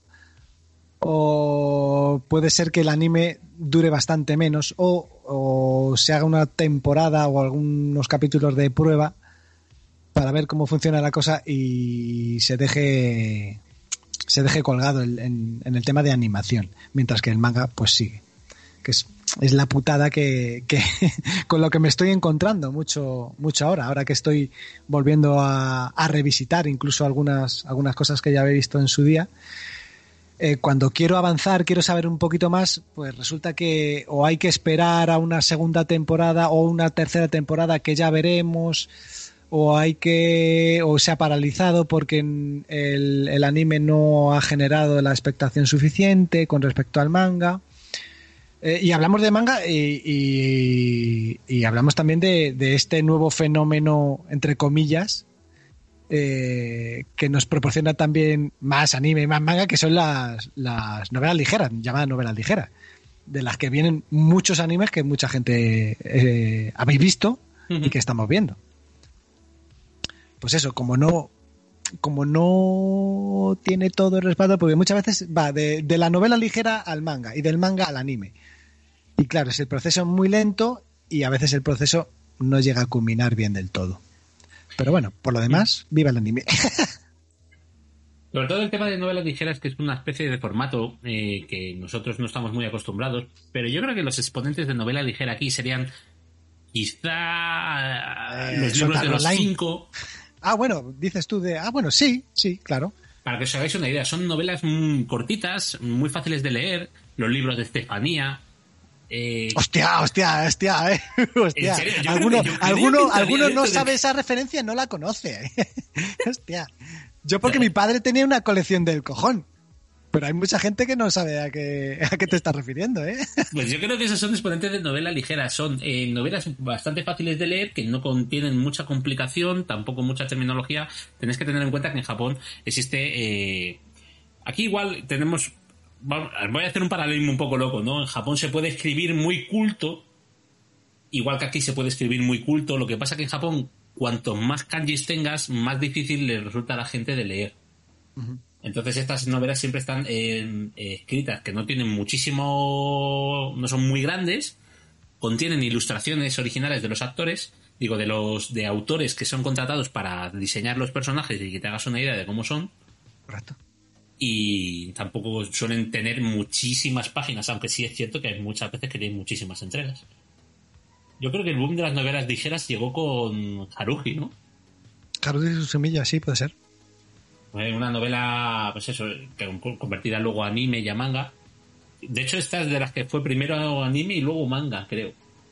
o puede ser que el anime dure bastante menos, o, o se haga una temporada o algunos capítulos de prueba para ver cómo funciona la cosa y se deje se deje colgado el, en, en el tema de animación, mientras que el manga pues sigue, que es, es la putada que, que con lo que me estoy encontrando mucho mucho ahora, ahora que estoy volviendo a, a revisitar incluso algunas, algunas cosas que ya había visto en su día. Eh, cuando quiero avanzar, quiero saber un poquito más, pues resulta que o hay que esperar a una segunda temporada o una tercera temporada que ya veremos, o hay que o se ha paralizado porque el, el anime no ha generado la expectación suficiente con respecto al manga. Eh, y hablamos de manga y, y, y hablamos también de, de este nuevo fenómeno, entre comillas, eh, que nos proporciona también más anime y más manga, que son las, las novelas ligeras, llamadas novelas ligeras, de las que vienen muchos animes que mucha gente eh, habéis visto uh-huh. y que estamos viendo. Pues eso, como no como no tiene todo el respaldo, porque muchas veces va de, de la novela ligera al manga y del manga al anime. Y claro, es el proceso muy lento y a veces el proceso no llega a culminar bien del todo. Pero bueno, por lo demás, viva el anime. Sobre todo el tema de novelas ligeras, que es una especie de formato eh, que nosotros no estamos muy acostumbrados, pero yo creo que los exponentes de novela ligera aquí serían quizá Eh, los libros Sword de Art los Online. cinco. Ah, bueno, dices tú de... Ah, bueno, sí, sí, claro. Para que os hagáis una idea, son novelas mm, cortitas, muy fáciles de leer, los libros de Estefanía. Eh, Hostia, hostia, hostia, eh. Hostia. ¿En serio? Yo creo Alguno, que- yo creo alguno, que alguno entraría no dentro de- sabe esa referencia, no la conoce. Hostia. Yo porque Ya. mi padre tenía una colección del cojón. Pero hay mucha gente que no sabe a qué, a qué te estás refiriendo, ¿eh? Pues yo creo que esos son exponentes de novela ligera. Son eh, novelas bastante fáciles de leer, que no contienen mucha complicación, tampoco mucha terminología. Tenéis que tener en cuenta que en Japón existe... Eh... Aquí igual tenemos... Voy a hacer un paralelismo un poco loco, ¿no? En Japón se puede escribir muy culto, igual que aquí se puede escribir muy culto. Lo que pasa que en Japón, cuanto más kanjis tengas, más difícil le resulta a la gente de leer. Uh-huh. Entonces estas novelas siempre están eh, eh, escritas, que no tienen muchísimo, no son muy grandes, contienen ilustraciones originales de los actores, digo, de los de autores que son contratados para diseñar los personajes y que te hagas una idea de cómo son. Correcto. Y tampoco suelen tener muchísimas páginas, aunque sí es cierto que hay muchas veces que tienen muchísimas entregas. Yo creo que el boom de las novelas ligeras llegó con Haruhi, ¿no? Haruhi Suzumiya, sí, puede ser. Una novela, pues eso, que convertida luego a anime y a manga. De hecho, esta es de las que fue primero anime y luego manga, creo.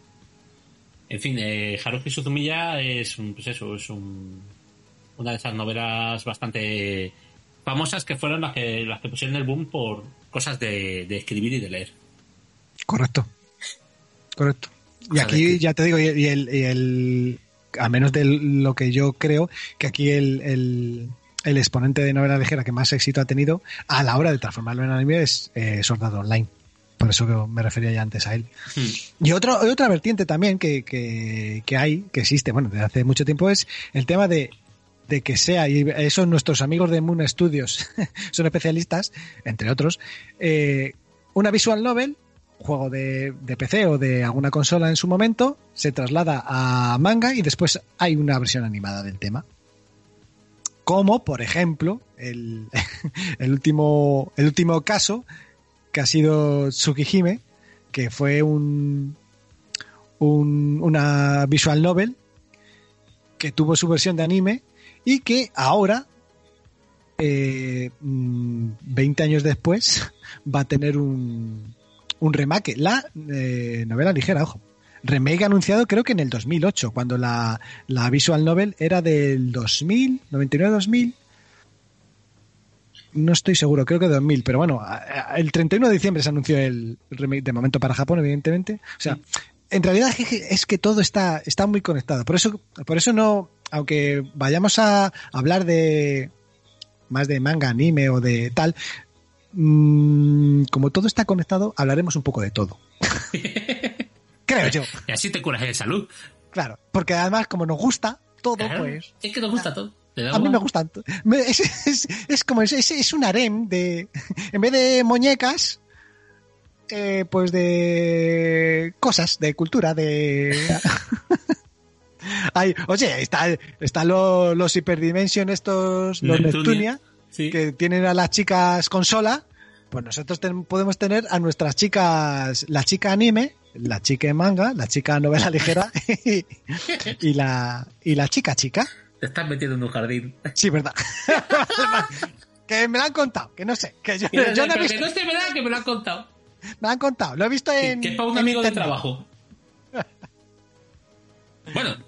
En fin, eh, Haruhi Suzumiya es, un, pues eso, es un, una de esas novelas bastante famosas que fueron las que, las que pusieron el boom por cosas de, de escribir y de leer. Correcto. Correcto. Y Cosas aquí, de- ya te digo, y y el, y el a menos de lo que yo creo, que aquí el, el, el exponente de novela ligera que más éxito ha tenido a la hora de transformarlo en anime es eh, Sword Art Online. Por eso me refería ya antes a él. Hmm. Y otro, y otra vertiente también que, que, que hay, que existe, bueno, desde hace mucho tiempo, es el tema de, de que sea, y eso nuestros amigos de Moon Studios son especialistas, entre otros, eh, una visual novel, juego de, de P C o de alguna consola en su momento, se traslada a manga y después hay una versión animada del tema. Como, por ejemplo, el, el, último, el último caso que ha sido Tsukihime, que fue un, un una visual novel que tuvo su versión de anime y que ahora, eh, veinte años después, va a tener un, un remake. La eh, novela ligera, ojo. Remake anunciado creo que en el dos mil ocho, cuando la, la visual novel era del dos mil, noventa y nueve dos mil. No estoy seguro, creo que dos mil, pero bueno, el treinta y uno de diciembre se anunció el remake, de momento para Japón, evidentemente. O sea, en realidad es que todo está, está muy conectado. Por eso, por eso no, aunque vayamos a hablar de más de manga, anime o de tal, mmm, como todo está conectado, hablaremos un poco de todo. Creo yo. Y así te curas de salud. Claro, porque además como nos gusta todo, Claro, pues... es que nos gusta todo. ¿Te da A mí igual? me gustan. Me- Es, es, es como es, es, es un harem de, en vez de muñecas, eh, pues de cosas, de cultura, de. Ay, oye, está, están los, los Hyperdimension estos, los Neptunia. Neptunia, Sí. que tienen a las chicas consola. Pues nosotros ten- podemos tener a nuestras chicas, la chica anime, la chica manga, la chica novela ligera y, y la y la chica chica. Te estás metiendo en un jardín. Sí, verdad. Que me lo han contado, que no sé. Que yo, Que no, yo no he pero visto, que no esté verdad que me lo han contado. me lo han contado, lo he visto Que, en. que es para un en amigo de internet. trabajo. Bueno.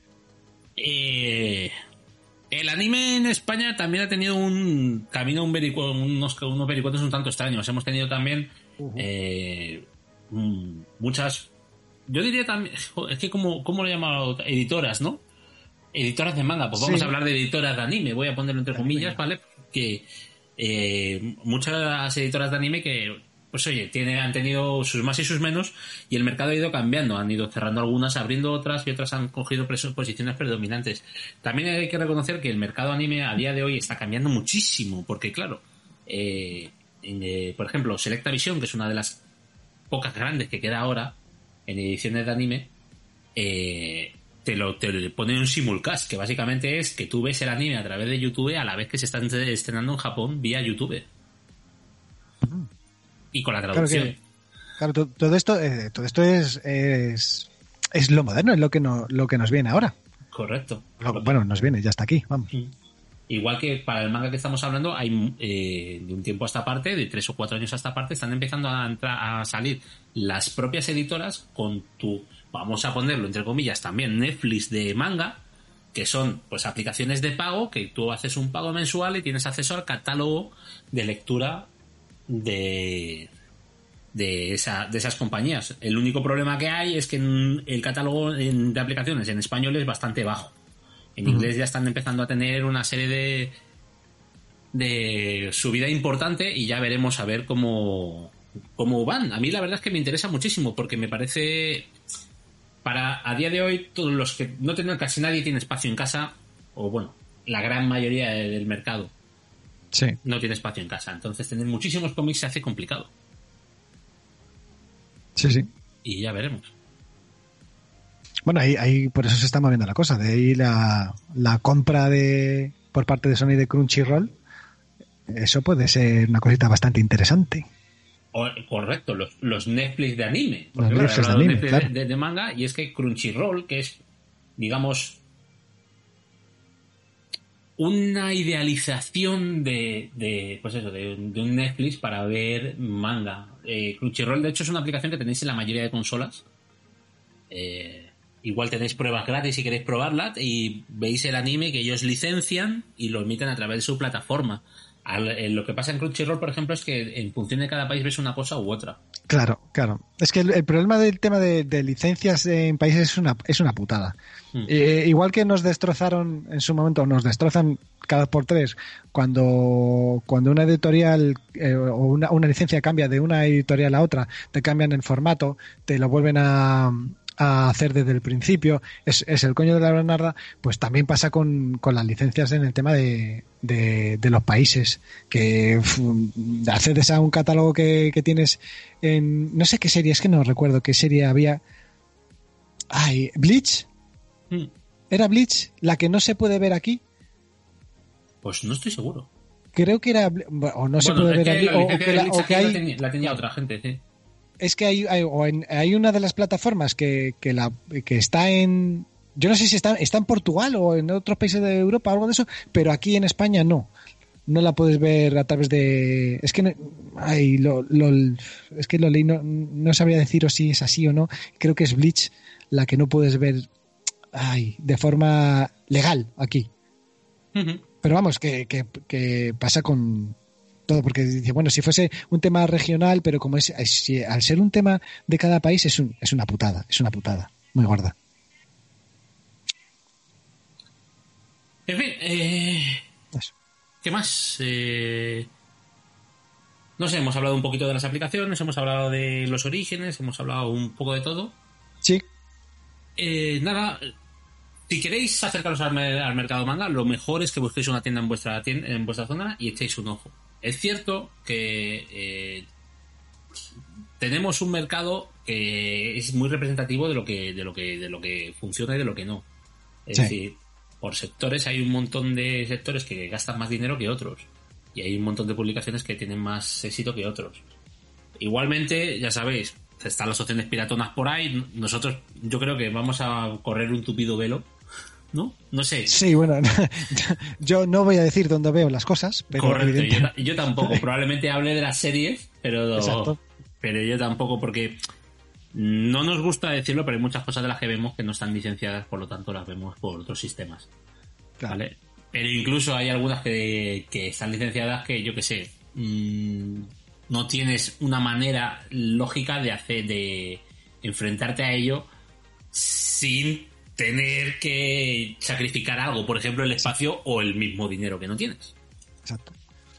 Eh, el anime en España también ha tenido un camino, un vericu- unos, unos vericuetos un tanto extraños. Hemos tenido también Ujú. eh, mm, muchas... Yo diría también... Es que como, ¿cómo lo he llamado? Editoras, ¿no? Editoras de manga. Pues vamos Sí. a hablar de editoras de anime. Voy a ponerlo entre De anime. comillas, ¿vale? Que eh, muchas editoras de anime que pues oye, tiene, han tenido sus más y sus menos, y el mercado ha ido cambiando, han ido cerrando algunas, abriendo otras, y otras han cogido preso- posiciones predominantes. También hay que reconocer que el mercado anime a día de hoy está cambiando muchísimo, porque claro, eh, en, eh, por ejemplo, Selecta Visión, que es una de las pocas grandes que queda ahora en ediciones de anime, eh, te lo te pone un simulcast, que básicamente es que tú ves el anime a través de YouTube a la vez que se está estrenando en Japón vía YouTube. Y con la traducción. Claro, que, claro to- todo esto, eh, todo esto es, es, es lo moderno, es lo que, no, lo que nos viene ahora. Correcto. Lo- bueno, nos viene, ya está aquí, vamos. Igual que para el manga que estamos hablando, hay eh, de un tiempo a esta parte, de tres o cuatro años a esta parte, están empezando a, entrar, a salir las propias editoras con tu, vamos a ponerlo entre comillas, también Netflix de manga, que son pues aplicaciones de pago, que tú haces un pago mensual y tienes acceso al catálogo de lectura de de, esa, de esas compañías. El único problema que hay es que el catálogo de aplicaciones en español es bastante bajo. En inglés ya están empezando a tener una serie de de subida importante, y ya veremos a ver cómo cómo van. A mí la verdad es que me interesa muchísimo, porque me parece, para a día de hoy, todos los que no tienen, casi nadie tiene espacio en casa, o bueno, la gran mayoría del mercado Sí. no tiene espacio en casa. Entonces tener muchísimos cómics se hace complicado. Sí, sí. Y ya veremos. Bueno, ahí, ahí por eso se está moviendo la cosa. De ahí la, la compra de por parte de Sony de Crunchyroll. Eso puede ser una cosita bastante interesante. O, correcto, los, los Netflix de anime. Los Porque, claro, he Netflix de hablado anime, Netflix claro. de, de- de manga, y es que Crunchyroll, que es, digamos, una idealización de, de pues eso, de, de un Netflix para ver manga. Eh, Crunchyroll, de hecho, es una aplicación que tenéis en la mayoría de consolas. Eh, igual tenéis pruebas gratis si queréis probarla, y veis el anime que ellos licencian y lo emiten a través de su plataforma. Al, eh, lo que pasa en Crunchyroll, por ejemplo, es que en función de cada país ves una cosa u otra. Claro, claro. Es que el, el problema del tema de, de licencias en países es una, es una putada. Hmm. Eh, igual que nos destrozaron en su momento, nos destrozan cada por tres cuando, cuando una editorial eh, o una, una licencia cambia de una editorial a otra, te cambian el formato, te lo vuelven a, a hacer desde el principio, es, es el coño de la granada. Pues también pasa con, con las licencias en el tema de, de, de los países, que uf, accedes a un catálogo que, que tienes en, no sé qué serie, es que no recuerdo qué serie había. Ay, Bleach. Hmm. ¿Era Bleach la que no se puede ver aquí? Pues no estoy seguro. Creo que era, o no se Bueno, puede es ver que aquí, la o, o licencia que, de la, Bleach o aquí que la hay, tenía, la tenía otra gente, sí. es que hay, hay, o en- hay una de las plataformas que, que, la, que está en, yo no sé si está, está en Portugal o en otros países de Europa o algo de eso, pero aquí en España no. No la puedes ver a través de, es que no, ay, lo, lo, es que lo leí, no, no sabría deciros si es así o no. Creo que es Bleach la que no puedes ver, ay, de forma legal aquí. Ujú. Pero vamos, que, que, que pasa con todo, porque dice, bueno, si fuese un tema regional, pero como es, es- si- al ser un tema de cada país, es, un, es una putada, es una putada, muy gorda. En fin, eh, Eso. ¿qué más? Eh, no sé, hemos hablado un poquito de las aplicaciones, hemos hablado de los orígenes, hemos hablado un poco de todo. Sí, Eh, nada, si queréis acercaros al, mer- al mercado manga, lo mejor es que busquéis una tienda en vuestra tienda, en vuestra zona, y echéis un ojo. Es cierto que eh, tenemos un mercado que es muy representativo de lo que de lo que de lo que funciona y de lo que no. Es Sí. decir, por sectores hay un montón de sectores que gastan más dinero que otros, y hay un montón de publicaciones que tienen más éxito que otros. Igualmente, ya sabéis, están las opciones piratonas por ahí. Nosotros, yo creo que vamos a correr un tupido velo, ¿no? No sé. sí, bueno, yo no voy a decir dónde veo las cosas, pero Correcto, yo, evidente- ta- yo tampoco. Probablemente hable de las series, pero, Exacto. pero yo tampoco, porque no nos gusta decirlo, pero hay muchas cosas de las que vemos que no están licenciadas, por lo tanto las vemos por otros sistemas. claro. ¿Vale? Pero incluso hay algunas que, que están licenciadas que, yo que sé, mmm, no tienes una manera lógica de hacer, de enfrentarte a ello sin tener que sacrificar algo, por ejemplo el espacio o el mismo dinero que no tienes. Exacto.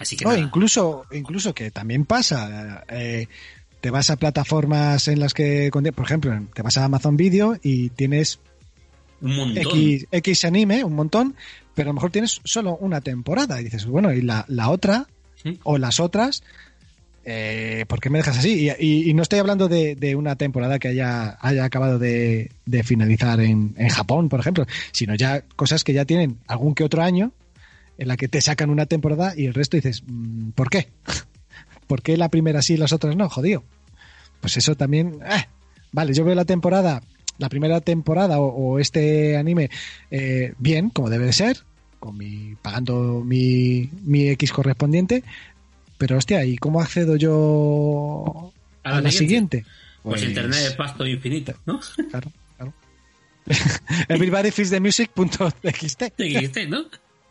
Así que No, nada. incluso, incluso que también pasa, eh, te vas a plataformas en las que, por ejemplo, te vas a Amazon Video y tienes Un montón. X, X anime, un montón, pero a lo mejor tienes solo una temporada y dices, bueno, y la, la otra Sí. o las otras, eh, ¿por qué me dejas así? Y, y- y no estoy hablando de, de una temporada que haya, haya acabado de, de finalizar en, en Japón, por ejemplo, sino ya cosas que ya tienen algún que otro año en la que te sacan una temporada y el resto dices, mm, ¿por qué? ¿Por qué la primera sí y las otras no? Jodido. Pues eso también... eh, vale, yo veo la temporada, la primera temporada o, o este anime eh, bien, como debe de ser, con mi pagando mi, mi X correspondiente, pero hostia, ¿y cómo accedo yo A a la la, siguiente? siguiente? Pues, internet de pasto infinito, ¿no? Claro, claro. Everybody feels the music punto x t. Te dijiste, ¿no?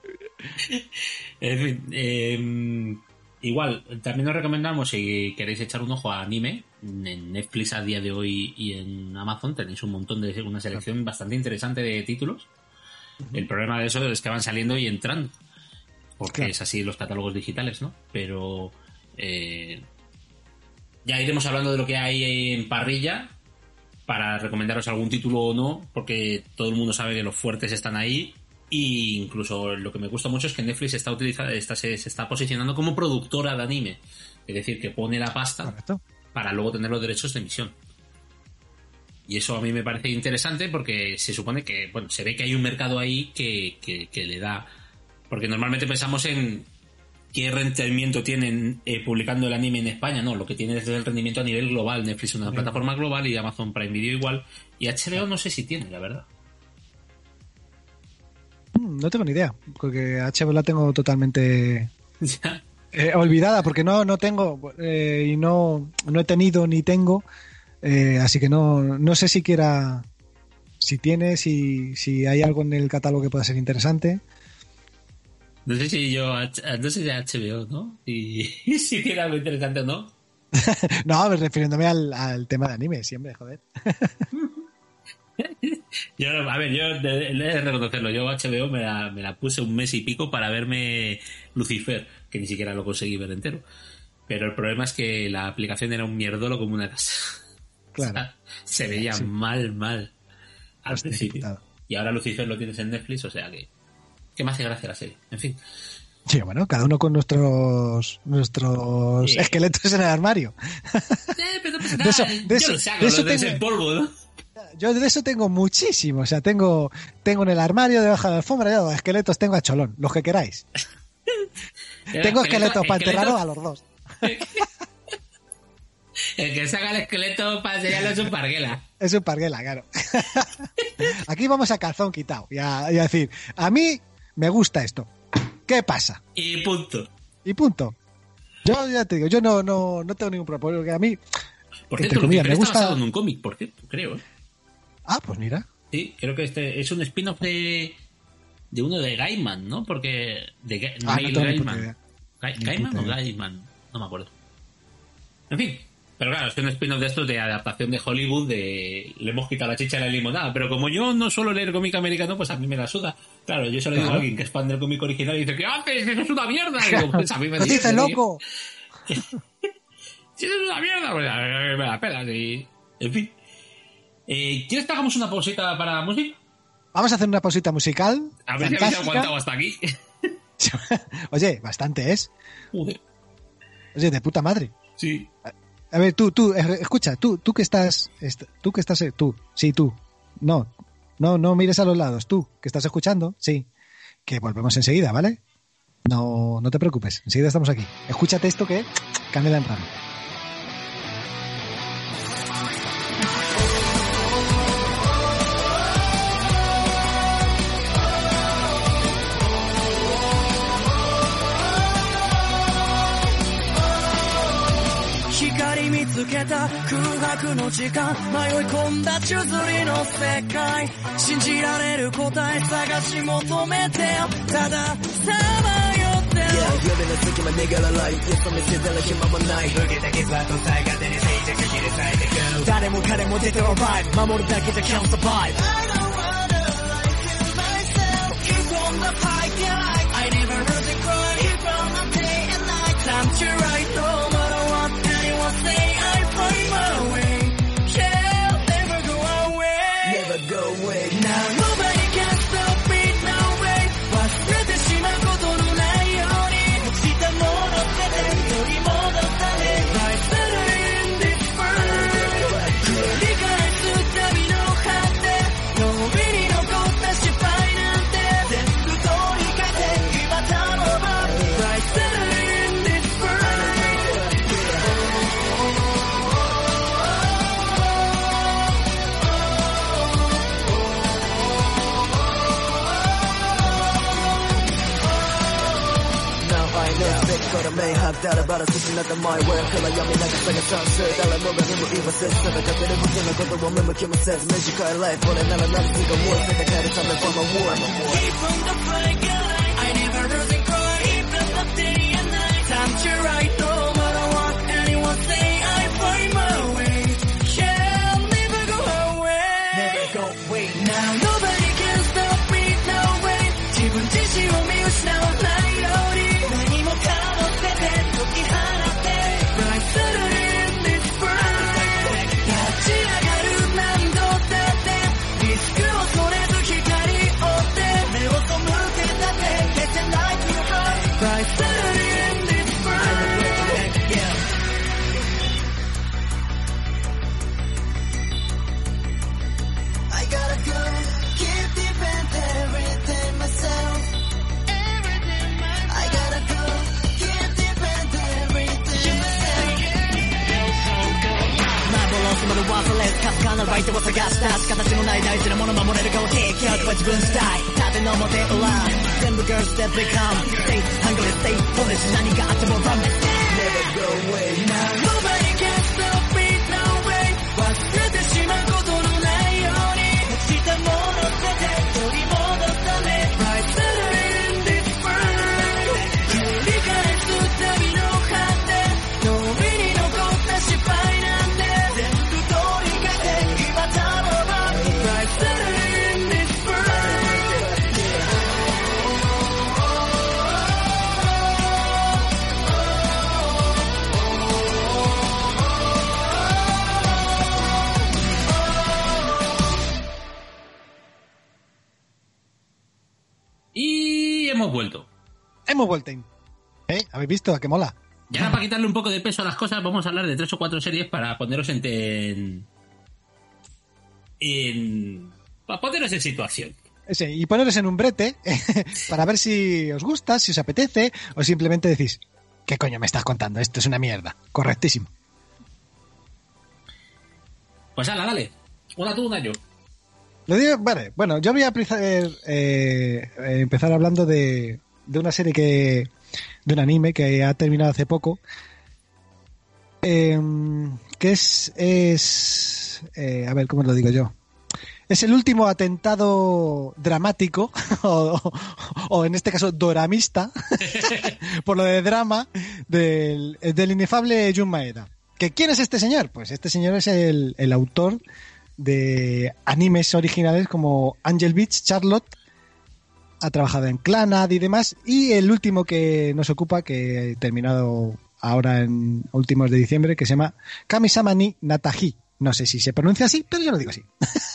En fin, eh, igual, también os recomendamos, si queréis echar un ojo a anime, en Netflix a día de hoy y en Amazon tenéis un montón de, una selección bastante interesante de títulos. El problema de eso es que van saliendo y entrando, porque Claro. es así los catálogos digitales, ¿no? Pero eh, ya iremos hablando de lo que hay en parrilla para recomendaros algún título o no, porque todo el mundo sabe que los fuertes están ahí. Y incluso lo que me gusta mucho es que Netflix está utilizando, está, se, se está posicionando como productora de anime. Es decir, que pone la pasta Correcto. para luego tener los derechos de emisión. Y eso a mí me parece interesante porque se supone que, bueno, se ve que hay un mercado ahí que, que, que le da... Porque normalmente pensamos en qué rendimiento tienen eh, publicando el anime en España. No, lo que tiene es el rendimiento a nivel global. Netflix es una Bien. plataforma global y Amazon Prime Video igual. Y H B O no sé si tiene, la verdad. Mm, No tengo ni idea, porque H B O la tengo totalmente Ya. eh, olvidada, porque no, no tengo eh, y no, no he tenido ni tengo, eh, así que no, no sé siquiera si tiene, si, si hay algo en el catálogo que pueda ser interesante. No sé si yo, no sé si H B O, ¿no? Y si tiene algo interesante o no. No, refiriéndome al, al tema de anime, siempre, joder. Yo, a ver, yo de, de, de reconocerlo, yo H B O me la, me la puse un mes y pico para verme Lucifer, que ni siquiera lo conseguí ver entero. Pero el problema es que la aplicación era un mierdolo como una casa. Claro. O sea, se veía Sí. mal, mal al Hostia, principio. qué putada. Y ahora Lucifer lo tienes en Netflix, o sea que... que me hace gracia la serie. En fin. Sí, bueno, cada uno con nuestros nuestros Sí. esqueletos en el armario. Eh, pero no pasa De eso- nada, de yo eso- lo saco, de eso lo tengo- desempolvo, ¿no? Yo de eso tengo muchísimo, o sea, tengo tengo en el armario, debajo de la alfombra, yo esqueletos tengo a cholón, los que queráis. Tengo esqueletos para enterraros a los dos. El que saca el esqueleto para enseñarlo es un parguela. Es un parguela, claro. Aquí vamos a calzón quitado y a, y a decir, a mí me gusta esto. ¿Qué pasa? Y punto. Y punto. Yo ya te digo, yo no, no, no tengo ningún problema, porque a mí, Por entre cierto, comillas, Lucifer me está gusta... basado en un cómic, por cierto, creo. ¿eh? Ah, pues mira. Sí, creo que este es un spin-off de, de uno de Gaiman, ¿no? Porque... de Ga- Ah, no Neil tengo ni puta Gaiman. idea. Ga- Ni ¿Gaiman puta o idea. Gaiman? No me acuerdo. En fin. Pero claro, es que un spin-off de estos de adaptación de Hollywood de... Le hemos quitado la chicha a la limonada. Pero como yo no suelo leer cómic americano, pues a mí me la suda. Claro, yo se lo digo Claro. a alguien que es fan del cómic original y dice, ¿qué haces? ¡Eso es una mierda! Y digo, pues a mí me ¡Lo dice divierte, tío. loco! Si eso es una mierda, pues a mí me la pela. Y... En fin. Eh, ¿Quieres que hagamos una pausita para música? Vamos a hacer una pausita musical. A ver si habéis fantástica. aguantado hasta aquí. Oye, bastante es. Joder. Oye, de puta madre. Sí. A ver, tú, tú, eh, escucha, tú, tú que estás, est- tú que estás, eh, tú, sí, tú, no, no, no mires a los lados, tú que estás escuchando, sí, que volvemos enseguida, ¿vale? No, no te preocupes, enseguida estamos aquí. Escúchate esto que canela en ramo. 光見つけた空白の時間迷い込んだ宙づりの世界信じられる答え探し求めてよたださまよってる Yeah, 夜の隙間逃げらないよそ見せたら暇もない受けた傷跡さえ勝手に静寂切り裂いてく誰も彼も出てはバイブ守るだけじゃ can't survive I don't wanna lie to myself Keep on the fight, yeah I never really cry Keep on the day and なくてあればら寿司になった前 Where から闇なんか探さんせ誰もがでも言わせず戦ってる僕のことを見向きもせず短いライフ俺なら何つうかもう戦えるため for my war Keep on the flag alive. I never lose and cry, even the day and night. Time to right, no matter what anyone say, I find my way. Yeah, I'll never go away. Never go away Now nobody can stop me, no way. 自分自身を見失わないように何もかも捨てて解き放って Rise to the end, this burn. 立ち上がる何度だってリスクを恐れず光を追って目を背けたって出てない気が Rise to the end, this burn. I gotta go keep defending everything myself I gotta go keep defending everything myself 幻まるワードレスかすかなライトを探した形のない大事なもの守れるかを Take out は自分次第縦の表裏全部 girls that become Stay hungry, stay foolish 何があっても run it Never go away Now nobody can stop me, no way 忘れてしまうことのないように落ちたもの捨てて取り戻すため Rise to the end, this burn 繰り返す旅の果て脳裏に残った失敗なんて全部取り替えて今たまま Rise to the end, this burn Y hemos vuelto. Hemos vuelto. ¿Eh? ¿Habéis visto? ¿A qué mola? Y ahora, para quitarle un poco de peso a las cosas, vamos a hablar de tres o cuatro series para poneros en... en, en para poneros en situación. Ese, y poneros en un brete para ver si os gusta, si os apetece, o simplemente decís, ¿qué coño me estás contando? Esto es una mierda. Correctísimo. Pues hala, dale. Una tú, una yo. Lo digo, vale, bueno, yo voy a empezar, eh, eh, empezar hablando de, de una serie que... de un anime que ha terminado hace poco, eh, que es... es eh, a ver, ¿cómo lo digo yo? Es el último atentado dramático, o, o, o en este caso doramista, por lo de drama, del, del inefable Jun Maeda. ¿Que quién es este señor? Pues este señor es el, el autor de animes originales como Angel Beats, Charlotte, ha trabajado en Clannad y demás, y el último que nos ocupa, que ha terminado ahora en últimos de diciembre, que se llama Kamisama ni Natahi. No sé si se pronuncia así, pero yo lo digo así.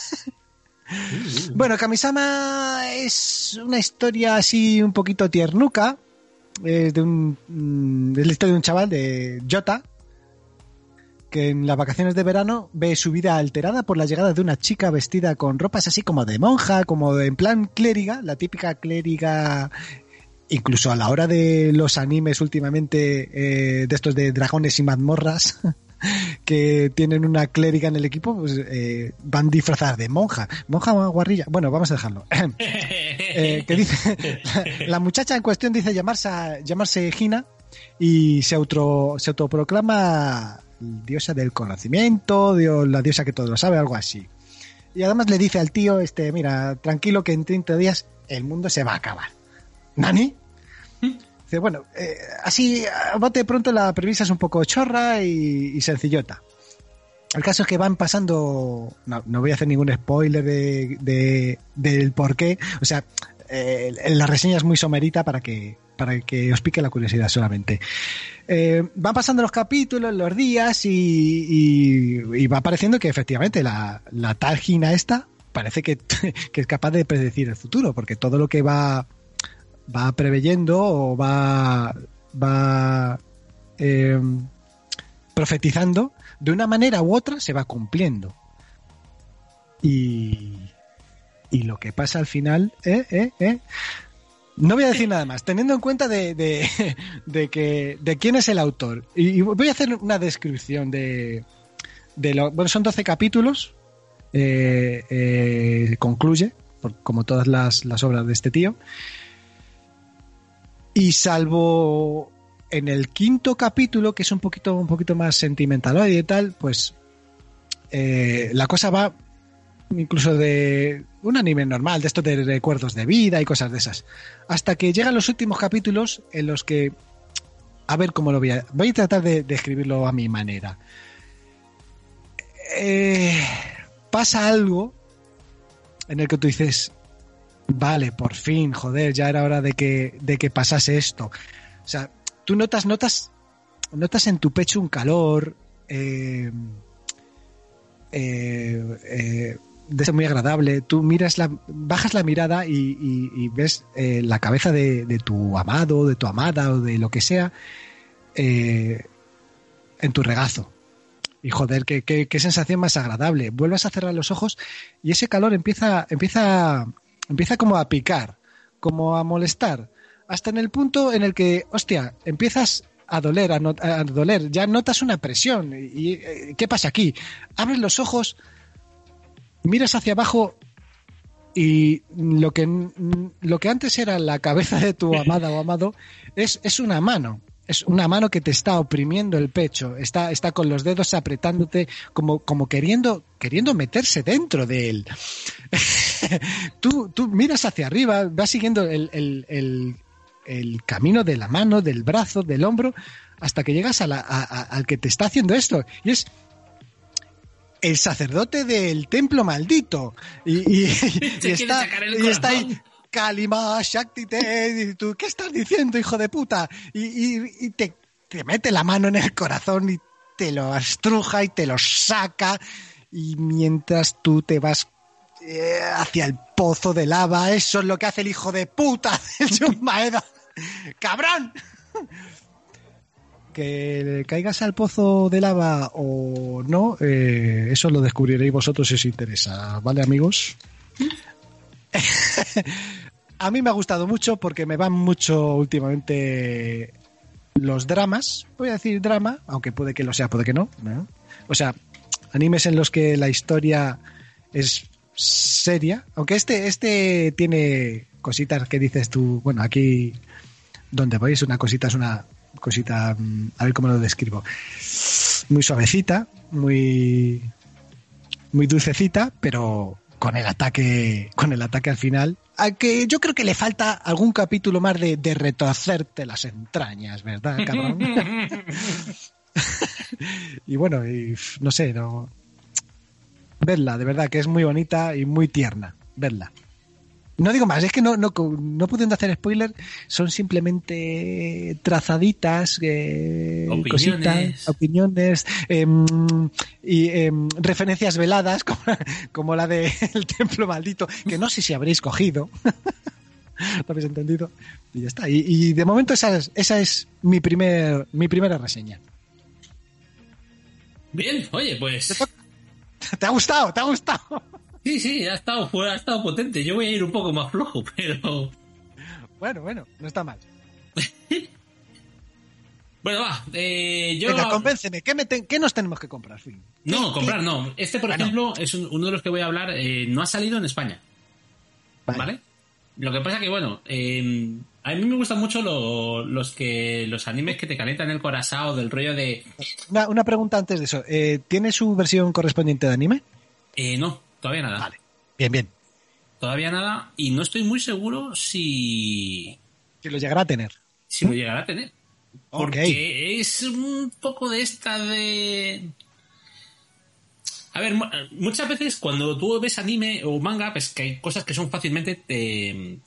Bueno, Kamisama es una historia así un poquito tiernuca, es de un es la historia de un chaval de Yota, que en las vacaciones de verano ve su vida alterada por la llegada de una chica vestida con ropas así como de monja, como de, en plan clériga, la típica clériga, incluso a la hora de los animes últimamente, eh, de estos de dragones y mazmorras, que tienen una clériga en el equipo, pues eh, van disfrazadas de monja, monja o guarrilla, bueno, vamos a dejarlo. eh, que dice, la, la muchacha en cuestión dice llamarse, llamarse Hina y se, auto, se autoproclama diosa del conocimiento, dios, la diosa que todo lo sabe, algo así. Y además le dice al tío, este, mira, tranquilo que en treinta días el mundo se va a acabar. ¿Nani? Dice, bueno, eh, así, a bote pronto la premisa es un poco chorra y, y sencillota. El caso es que van pasando, no, no voy a hacer ningún spoiler de, de, del por qué, o sea, eh, la reseña es muy somerita para que para que os pique la curiosidad solamente. Eh, van pasando los capítulos, los días y, y, y va pareciendo que efectivamente la, la tal Hina esta parece que, que es capaz de predecir el futuro, porque todo lo que va va preveyendo o va va eh, profetizando de una manera u otra se va cumpliendo. Y y lo que pasa al final, eh, eh, eh no voy a decir nada más, teniendo en cuenta de, de, de que de quién es el autor. Y, y voy a hacer una descripción de, de lo, bueno, son doce capítulos, eh, eh, concluye, por, como todas las, las obras de este tío. Y salvo en el quinto capítulo, que es un poquito, un poquito más sentimental y tal, pues eh, la cosa va incluso de un anime normal, de estos de recuerdos de vida y cosas de esas. Hasta que llegan los últimos capítulos en los que, a ver cómo lo voy a... Voy a tratar de, de escribirlo a mi manera. Eh, pasa algo en el que tú dices, vale, por fin, joder, ya era hora de que, de que pasase esto. O sea, tú notas, notas, notas en tu pecho un calor, eh, eh, eh, de ser muy agradable. Tú miras la, bajas la mirada y, y, y ves eh, la cabeza de, de tu amado, de tu amada o de lo que sea eh, en tu regazo. Y joder, qué, qué, qué sensación más agradable. Vuelves a cerrar los ojos y ese calor empieza, empieza, empieza como a picar, como a molestar, hasta en el punto en el que, hostia, empiezas a doler, a, not, a doler, ya notas una presión. Y, y ¿qué pasa aquí? Abres los ojos, miras hacia abajo y lo que, lo que antes era la cabeza de tu amada o amado es, es una mano. Es una mano que te está oprimiendo el pecho, está, está con los dedos apretándote como, como queriendo, queriendo meterse dentro de él. tú, tú miras hacia arriba, vas siguiendo el, el, el, el camino de la mano, del brazo, del hombro, hasta que llegas a la, a, a, al que te está haciendo esto. Y es el sacerdote del templo maldito. Y, y, y, y está, y está ahí... Kalima Shakti te, tú, ¿qué estás diciendo, hijo de puta? Y, y, y te, te mete la mano en el corazón y te lo estruja y te lo saca, y mientras tú te vas eh, hacia el pozo de lava, eso es lo que hace el hijo de puta de Jun Maeda. ¡Cabrón! Que caigas al pozo de lava o no, eh, eso lo descubriréis vosotros si os interesa, ¿vale, amigos? A mí me ha gustado mucho porque me van mucho últimamente los dramas. Voy a decir drama, aunque puede que lo sea, puede que no, ¿no? O sea, animes en los que la historia es seria, aunque este, este tiene cositas que dices tú, bueno, aquí donde vais, una cosita es una cosita, a ver cómo lo describo, muy suavecita, muy muy dulcecita, pero con el ataque con el ataque al final, a que yo creo que le falta algún capítulo más de, de retorcerte las entrañas, ¿verdad, cabrón? Y bueno, y, no sé, no, verla, de verdad que es muy bonita y muy tierna, verla. No digo más, es que no, no, no pudiendo hacer spoiler, son simplemente trazaditas, eh, opiniones. cositas, opiniones eh, y eh, referencias veladas, como, como la del templo maldito, que no sé si habréis cogido. ¿Lo habéis entendido? Y ya está. Y, y de momento esa es, esa es mi, primer, mi primera reseña. Bien, oye, pues... ¿Te ha gustado? ¿Te ha gustado? Sí, sí, ha estado, ha estado potente. Yo voy a ir un poco más flojo, pero... Bueno, bueno, no está mal. Bueno, va, eh, yo... Venga, convénceme, ¿qué, me te... ¿qué nos tenemos que comprar, Fin? No, ¿Qué, comprar qué? no. Este, por Ah, ejemplo, no. es un- uno de los que voy a hablar, eh, no ha salido en España, Vale. ¿vale? Lo que pasa que, bueno, eh, a mí me gustan mucho lo- los que los animes que te calientan el corazón, del rollo de... Una, una pregunta antes de eso. Eh, ¿Tiene su versión correspondiente de anime? Eh, no, todavía nada. Vale. Bien, bien. Todavía nada, y no estoy muy seguro si... Si lo llegará a tener. si lo llegará a tener. Ok. Porque es un poco de esta de... A ver, mu- muchas veces cuando tú ves anime o manga, pues que hay cosas que son fácilmente eh,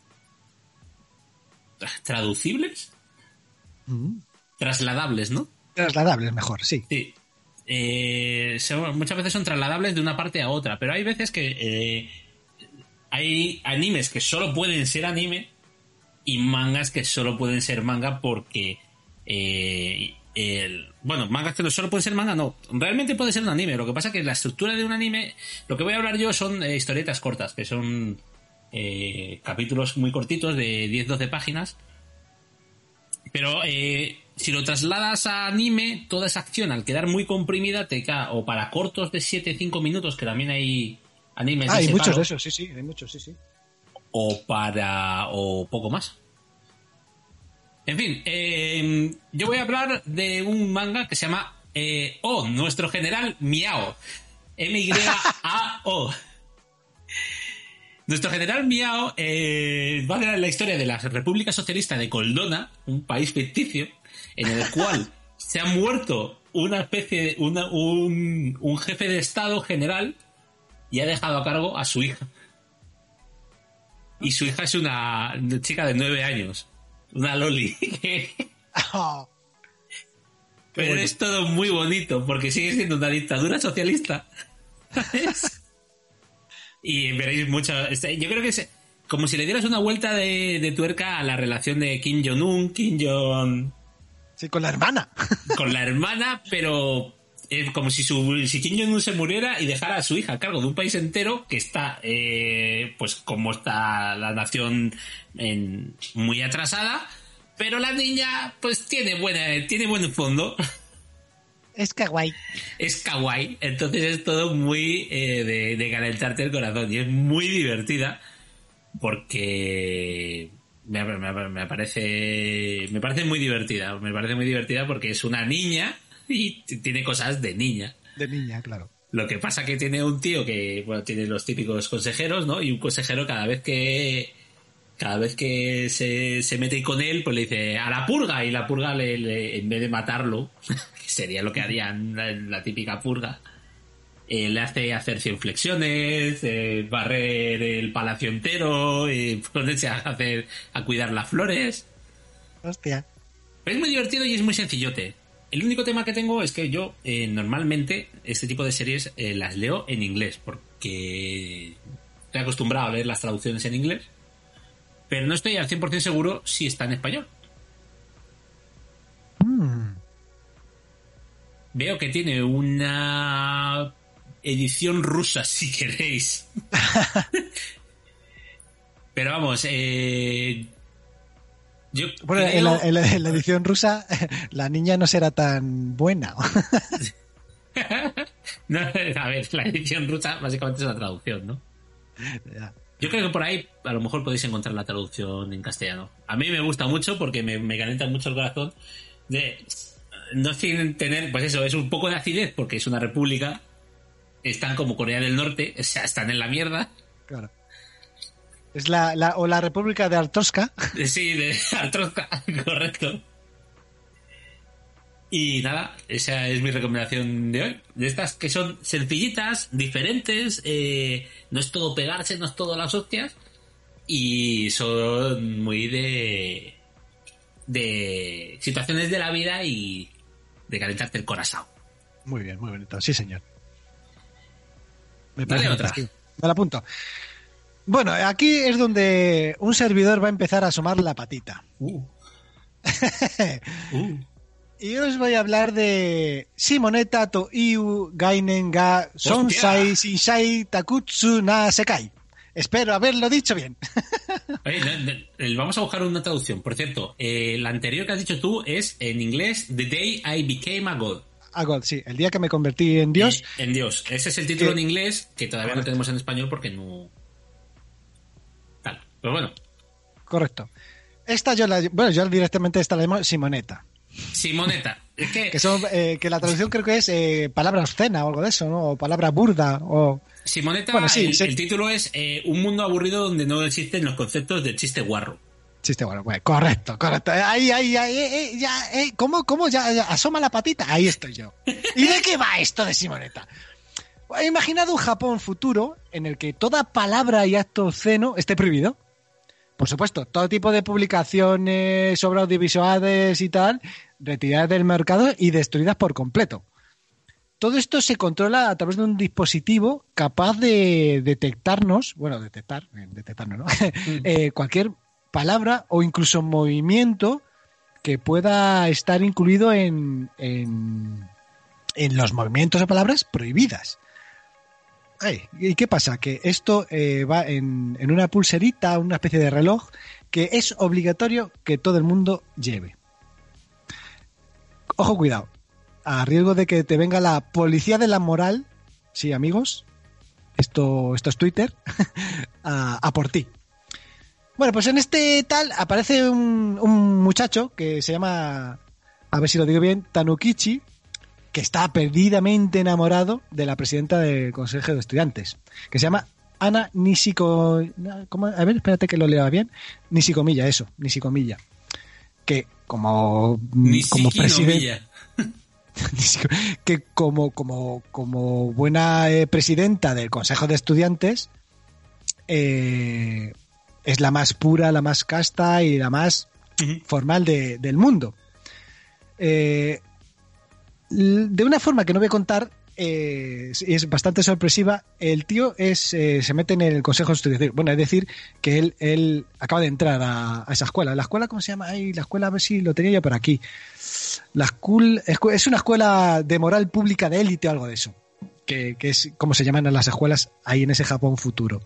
traducibles, Mm. trasladables, ¿no? Trasladable es mejor, sí. Sí. Eh, son- muchas veces son trasladables de una parte a otra, pero hay veces que eh, hay animes que solo pueden ser anime y mangas que solo pueden ser manga porque eh, el, bueno, mangas que no solo pueden ser manga, no, realmente puede ser un anime. Lo que pasa es que la estructura de un anime, lo que voy a hablar yo son eh, historietas cortas, que son eh, capítulos muy cortitos de diez doce páginas, pero eh, si lo trasladas a anime, toda esa acción al quedar muy comprimida te cae, o para cortos de siete cinco minutos, que también hay animes Ah, de hay ese muchos palo, de esos, sí, sí, hay muchos, sí, sí. o para o poco más. En fin, eh, yo voy a hablar de un manga que se llama eh, Oh, nuestro general Miao. M Y A O. Nuestro general Miao eh, va a dar la historia de la República Socialista de Coldona, un país ficticio, en el cual se ha muerto una especie de una, un, un jefe de Estado general y ha dejado a cargo a su hija. Y su hija es una chica de nueve años. Una loli. Oh, Pero bueno. es todo muy bonito porque sigue siendo una dictadura socialista. ¿Sabes? Y veréis mucho. Yo creo que es como si le dieras una vuelta de, de tuerca a la relación de Kim Jong-un, Kim Jong. Sí, con la hermana. Con la hermana, pero es como si, su, si Kim Jong-un se muriera y dejara a su hija a cargo de un país entero que está, eh, pues como está la nación en, muy atrasada, pero la niña pues tiene buena, tiene buen fondo. Es kawaii. Es kawaii, entonces es todo muy eh, de, de calentarte el corazón y es muy divertida porque me, me, me parece me parece muy divertida, me parece muy divertida porque es una niña y tiene cosas de niña. De niña, claro. Lo que pasa que tiene un tío que bueno, tiene los típicos consejeros, ¿no? Y un consejero cada vez que cada vez que se, se mete con él, pues le dice a la purga y la purga le, le, en vez de matarlo, que sería lo que harían la, la típica purga, eh, le hace hacer cien flexiones, eh, barrer el palacio entero, eh, ponerse a hacer a cuidar las flores. Hostia. Pero es muy divertido y es muy sencillote. El único tema que tengo es que yo eh, normalmente este tipo de series eh, las leo en inglés porque estoy acostumbrado a leer las traducciones en inglés, pero no estoy al cien por ciento seguro si está en español. Mm. Veo que tiene una edición rusa, si queréis. Pero vamos, eh, yo Bueno, creo... en, la, en, la, en la edición rusa la niña no será tan buena. No, a ver, la edición rusa básicamente es una traducción, ¿no? Ya. Yo creo que por ahí a lo mejor podéis encontrar la traducción en castellano. A mí me gusta mucho porque me, me calienta mucho el corazón de no sin tener, pues eso, es un poco de acidez porque es una república, están como Corea del Norte, o sea, están en la mierda. Claro. Es la, la o la República de Artoska. Sí, de Artroska, correcto. Y nada, esa es mi recomendación de hoy. De estas que son sencillitas, diferentes, eh, no es todo pegarse, no es todo las hostias. Y son muy de... de situaciones de la vida y de calentarte el corazón. Muy bien, muy bonito. Sí, señor. Me Dale otra. fantástico. Me la apunto. Bueno, aquí es donde un servidor va a empezar a asomar la patita. Uh. uh. Y os voy a hablar de Simoneta to Iu Gainen ga Sonsai Shinsai Takutsu na Sekai. Espero haberlo dicho bien. Oye, no, no, vamos a buscar una traducción. Por cierto, eh, la anterior que has dicho tú es en inglés The Day I Became a God. A God, sí. El día que me convertí en Dios. Eh, en Dios. Ese es el título que... en inglés que todavía Correcto. No tenemos en español porque no... Tal. Pero bueno. Correcto. Esta yo la... Bueno, yo directamente esta la llamo Simoneta. Simoneta. Es que... que, son, eh, que la traducción creo que es eh, palabra obscena o algo de eso, ¿no? O palabra burda o... Simoneta, bueno, sí, el, sí. el título es eh, Un mundo aburrido donde no existen los conceptos del chiste guarro. Chiste guarro, pues, correcto, correcto. Ahí, ahí, ahí, eh, ya, eh, ¿cómo, cómo? Ya, ya, asoma la patita, ahí estoy yo. ¿Y de qué va esto de Simoneta? Imaginad un Japón futuro en el que toda palabra y acto obsceno esté prohibido. Por supuesto, todo tipo de publicaciones sobre audiovisuales y tal, retiradas del mercado y destruidas por completo. Todo esto se controla a través de un dispositivo capaz de detectarnos, bueno, detectar, detectarnos, ¿no? Mm. eh, cualquier palabra o incluso movimiento que pueda estar incluido en, en, en los movimientos o palabras prohibidas. Ay, ¿y qué pasa? Que esto eh, va en, en una pulserita, una especie de reloj, que es obligatorio que todo el mundo lleve. Ojo, cuidado. A riesgo de que te venga la policía de la moral, sí, amigos, esto, esto es Twitter, a, a por ti. Bueno, pues en este tal aparece un, un muchacho que se llama, a ver si lo digo bien, Tanukichi, que está perdidamente enamorado de la presidenta del Consejo de Estudiantes, que se llama Ana Nishiko... ¿cómo? A ver, espérate que lo lea bien. Nishikomiya, eso, Nishikomiya. Que como, como presidente... que como, como, como buena eh, presidenta del Consejo de Estudiantes eh, es la más pura, la más casta y la más uh-huh. formal de, del mundo. Eh, de una forma que no voy a contar, eh, es bastante sorpresiva. El tío es eh, se mete en el Consejo Estudiantil. Bueno, es decir, que él, él acaba de entrar a, a esa escuela. ¿La escuela cómo se llama? Ay, la escuela, a ver si lo tenía yo por aquí. La school, es una escuela de moral pública de élite o algo de eso. Que, que es como se llaman las escuelas ahí en ese Japón futuro.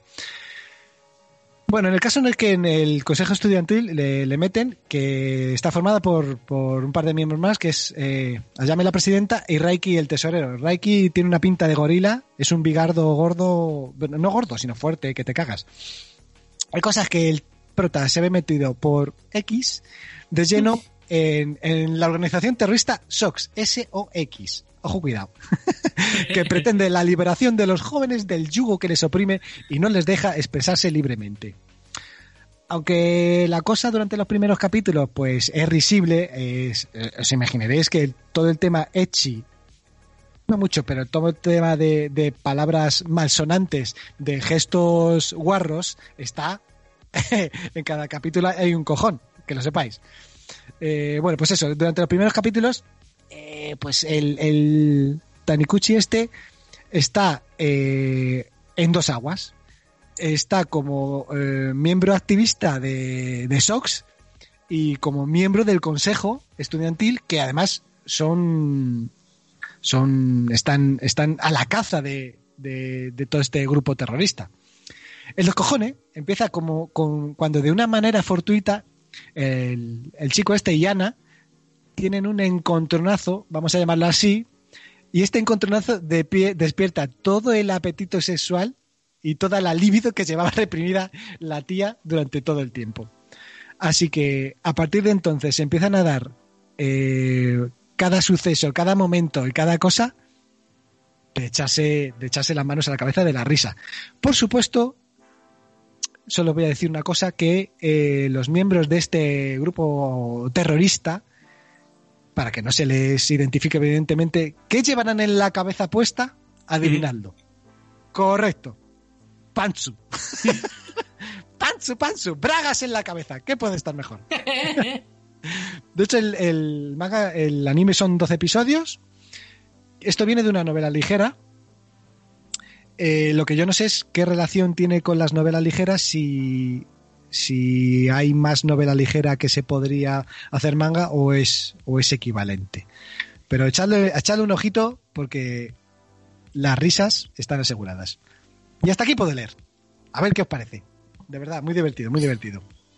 Bueno, en el caso en el que en el Consejo Estudiantil le, le meten, que está formada por, por un par de miembros más, que es eh, Ayame la presidenta y Raiki el tesorero. Raiki tiene una pinta de gorila, es un bigardo gordo, no gordo, sino fuerte, que te cagas. Hay cosas que el prota se ve metido por X de lleno en, en la organización terrorista S O X, S O X. Ojo, cuidado. Que pretende la liberación de los jóvenes del yugo que les oprime y no les deja expresarse libremente. Aunque la cosa durante los primeros capítulos pues es risible, es, eh, os imaginaréis que el, todo el tema ecchi, no mucho, pero todo el tema de, de palabras malsonantes, de gestos guarros, está en cada capítulo hay un cojón, que lo sepáis. Eh, bueno, pues eso, durante los primeros capítulos Eh, pues el, el Taniguchi este está eh, en dos aguas. Está como eh, miembro activista de, de S O X y como miembro del Consejo Estudiantil, que además son son están, están a la caza de, de, de todo este grupo terrorista. El Los Cojones empieza como con, cuando de una manera fortuita el, el chico este y Ana tienen un encontronazo, vamos a llamarlo así, y este encontronazo de pie despierta todo el apetito sexual y toda la libido que llevaba reprimida la tía durante todo el tiempo. Así que a partir de entonces se empiezan a dar eh, cada suceso, cada momento y cada cosa de echarse, de echarse las manos a la cabeza de la risa. Por supuesto, solo voy a decir una cosa, que eh, los miembros de este grupo terrorista, para que no se les identifique evidentemente, ¿qué llevarán en la cabeza puesta? Adivinadlo. Mm. Correcto. Pantsu. Pantsu, pantsu. Bragas en la cabeza. ¿Qué puede estar mejor? De hecho, el, el manga, el anime son doce episodios. Esto viene de una novela ligera. Eh, lo que yo no sé es qué relación tiene con las novelas ligeras, si... si hay más novela ligera que se podría hacer manga o es, o es equivalente. Pero echadle, echadle un ojito porque las risas están aseguradas. Y hasta aquí puedo leer. A ver qué os parece. De verdad, muy divertido, muy divertido.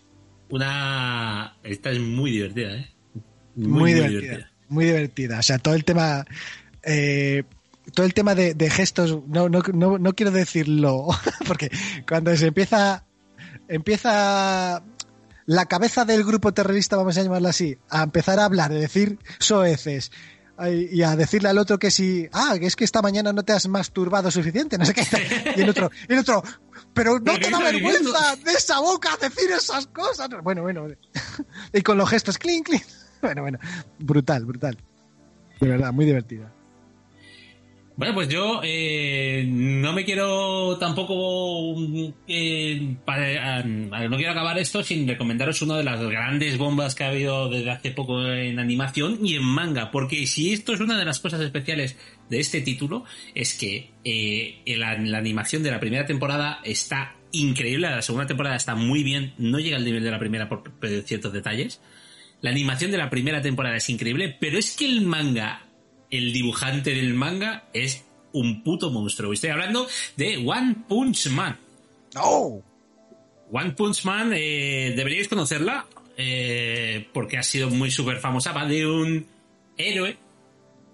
Una... Esta es muy divertida, ¿eh? Muy, muy, muy divertida, divertida. Muy divertida. O sea, todo el tema... Eh, todo el tema de, de gestos, no, no, no, no quiero decirlo, porque cuando se empieza... empieza la cabeza del grupo terrorista, vamos a llamarlo así, a empezar a hablar, de decir soeces y a decirle al otro que si, ah, que es que esta mañana no te has masturbado suficiente, no sé qué, y el otro, y el otro, pero no te da vergüenza de esa boca decir esas cosas. Bueno, bueno, y con los gestos, clink, clink. Bueno, bueno, brutal, brutal. De verdad, muy divertida. Bueno, pues yo eh, no me quiero tampoco... Eh, para, no quiero acabar esto sin recomendaros una de las grandes bombas que ha habido desde hace poco en animación y en manga. Porque si esto es una de las cosas especiales de este título, es que eh, la, la animación de la primera temporada está increíble. La segunda temporada está muy bien. No llega al nivel de la primera por, por ciertos detalles. La animación de la primera temporada es increíble, pero es que el manga... el dibujante del manga es un puto monstruo. Estoy hablando de One Punch Man. ¡Oh! One Punch Man, eh, deberíais conocerla, eh, porque ha sido muy súper famosa. Va de un héroe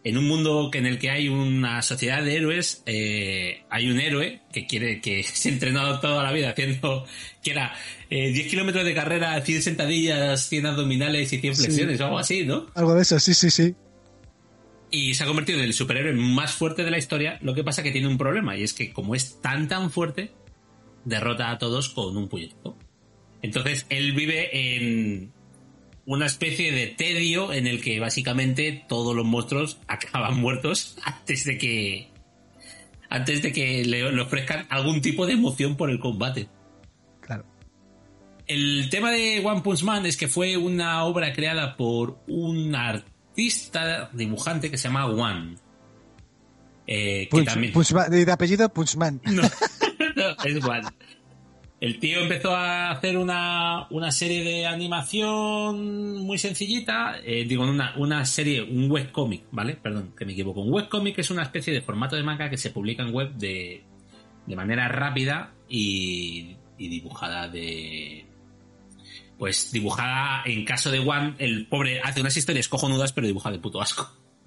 en un mundo que en el que hay una sociedad de héroes, eh, hay un héroe que quiere que se ha entrenado toda la vida haciendo, que era eh, diez kilómetros de carrera, cien sentadillas, cien abdominales y cien flexiones, sí, o algo así, ¿no? Algo de eso, sí, sí, sí. Y se ha convertido en el superhéroe más fuerte de la historia. Lo que pasa es que tiene un problema, y es que como es tan tan fuerte, derrota a todos con un puñetazo. Entonces él vive en una especie de tedio en el que básicamente todos los monstruos acaban muertos antes de que antes de que le, le ofrezcan algún tipo de emoción por el combate. Claro. El tema de One Punch Man es que fue una obra creada por un artista dibujante que se llama One. Eh, Punch, que también... Punchman, de apellido Punchman. No, no, es One. El tío empezó a hacer una, una serie de animación muy sencillita, eh, digo, una, una serie, un webcomic, ¿vale? Perdón, que me equivoco. Un webcomic es una especie de formato de manga que se publica en web de, de manera rápida y, y dibujada de... Pues dibujada, en caso de One, el pobre hace unas historias cojonudas, pero dibuja de puto asco.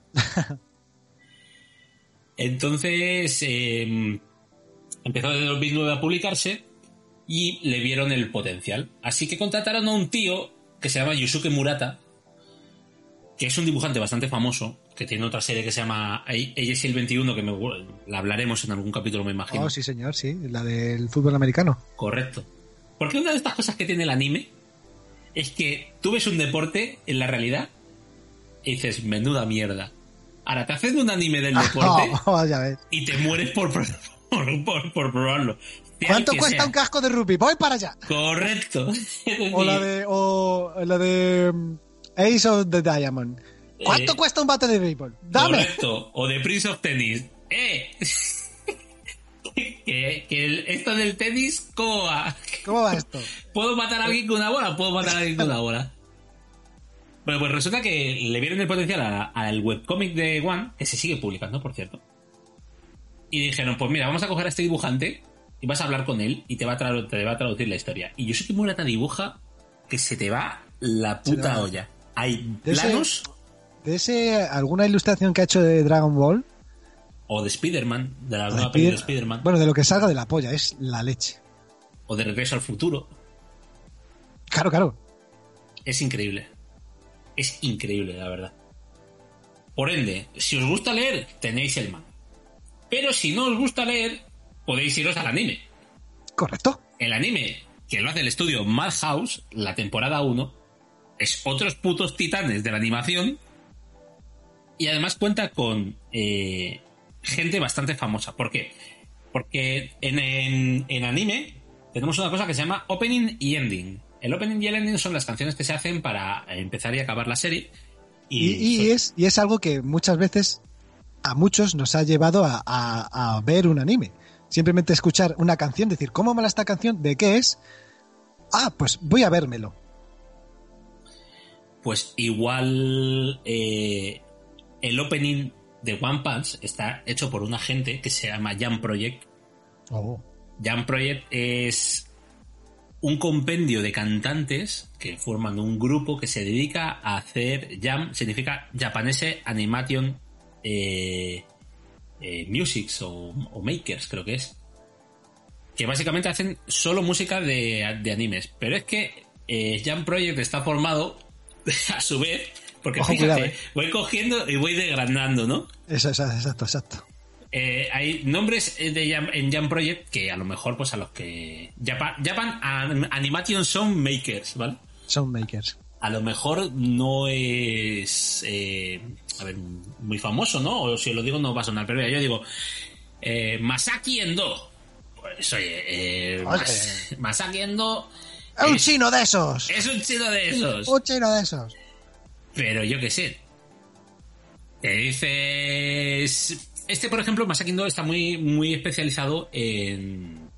Entonces, eh, empezó desde dos mil nueve a publicarse y le vieron el potencial. Así que contrataron a un tío que se llama Yusuke Murata, que es un dibujante bastante famoso, que tiene otra serie que se llama A J C veintiuno, que me, la hablaremos en algún capítulo, me imagino. Oh, sí, señor, sí, la del fútbol americano. Correcto. Porque una de estas cosas que tiene el anime es que tú ves un deporte en la realidad y dices, menuda mierda. Ahora te hacen un anime del deporte oh, ya ves. y te mueres por, por, por, por probarlo. ¿Cuánto cuesta sea. un casco de rugby? Voy para allá. Correcto. O la de, o la de um, Ace of the Diamond. ¿Cuánto eh, cuesta un bate de béisbol? Dame. Correcto. O de Prince of Tennis. ¡Eh! que, que el, esto del tenis, ¿cómo va? ¿Cómo va esto? ¿Puedo matar a alguien con una bola? Puedo matar a alguien con una bola. Bueno, pues resulta que le vieron el potencial al webcomic de One, que se sigue publicando, por cierto. Y dijeron, pues mira, vamos a coger a este dibujante y vas a hablar con él y te va a, tra- te va a traducir la historia. Y yo sé que Murata dibuja que se te va la puta va. olla. Hay De ese- planos... ¿De ese alguna ilustración que ha hecho de Dragon Ball? O de Spider-Man, de la O de nueva película de Spider- Spider-Man. Bueno, de lo que salga de la polla, es la leche. O de Regreso al Futuro. Claro, claro. Es increíble. Es increíble, la verdad. Por ende, si os gusta leer, tenéis el manga. Pero si no os gusta leer, podéis iros al anime. Correcto. El anime, que lo hace el estudio Madhouse, la temporada uno, es otros putos titanes de la animación. Y además cuenta con eh, gente bastante famosa. ¿Por qué? Porque en, en, en anime tenemos una cosa que se llama opening y ending. El opening y el ending son las canciones que se hacen para empezar y acabar la serie. Y, Y, y son- es, y es algo que muchas veces a muchos nos ha llevado a, a- a ver un anime. Simplemente escuchar una canción, decir, ¿cómo mola esta canción? ¿De qué es? Ah, pues voy a vérmelo. Pues igual eh, el opening de One Punch está hecho por una gente que se llama Jam Project. Oh. Jam Project es un compendio de cantantes que forman un grupo que se dedica a hacer Jam, significa Japanese Animation eh, eh, Musics o, o Makers, creo que es. Que básicamente hacen solo música de, de animes. Pero es que eh, Jam Project está formado a su vez, porque Ojo, fíjate, cuidado, eh. voy cogiendo y voy degradando, ¿no? Eso, eso, exacto, exacto. Eh, hay nombres de Jam, en Jam Project que a lo mejor, pues a los que... Japan, Japan An- Animation Song Makers, ¿vale? Soundmakers. A lo mejor no es... Eh, a ver, muy famoso, ¿no? O si lo digo no va a sonar, pero mira, yo digo... Eh, Masaki Endo. Pues oye, eh, Oye. Mas- Masaki Endo... ¡Es un es- chino de esos! Es un chino de esos. ¡Un chino de esos! Pero yo qué sé. Te dices... Este, por ejemplo, Masaki Endo está muy, muy especializado en...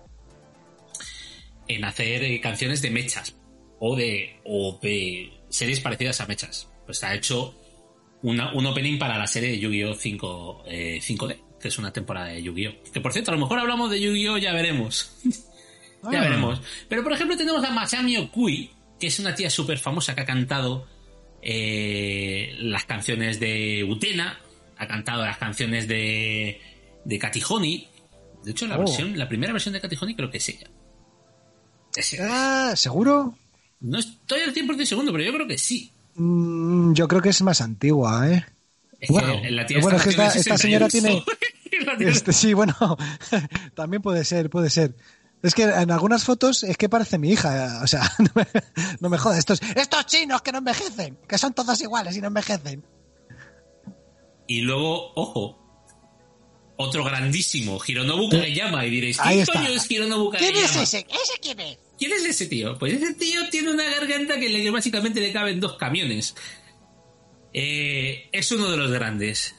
En hacer eh, canciones de mechas. O de... O de series parecidas a mechas. Pues ha hecho una, un opening para la serie de Yu-Gi-Oh! cinco, eh, cinco D. Que es una temporada de Yu-Gi-Oh! Que por cierto, a lo mejor hablamos de Yu-Gi-Oh! Ya veremos. Ya Ah. veremos. Pero por ejemplo tenemos a Masami Okui, que es una tía súper famosa que ha cantado eh, las canciones de Utena, ha cantado las canciones de, de Katy Honey. De hecho, la Oh. versión, la primera versión de Katy Honey creo que es ella. Es ella. Ah, ¿seguro? No estoy al cien por ciento segundo, pero yo creo que sí. Mm, yo creo que es más antigua, ¿eh? Es Wow. que la tía Bueno, es que está esta, naciendo en esta señora sesenta y tiene... ocho. La tía- Este, sí, bueno, también puede ser, puede ser. Es que en algunas fotos es que parece mi hija, o sea, no me, no me jodas. Estos, estos chinos que no envejecen, que son todos iguales y no envejecen. Y luego, ojo, otro grandísimo, Hironobu Kageyama. Y diréis, Ahí ¿qué está. coño es Hironobu ¿Quién Kageyama? es ese? ¿Ese quién es? ¿Quién es ese tío? Pues ese tío tiene una garganta que, le, que básicamente le caben dos camiones. Eh, es uno de los grandes.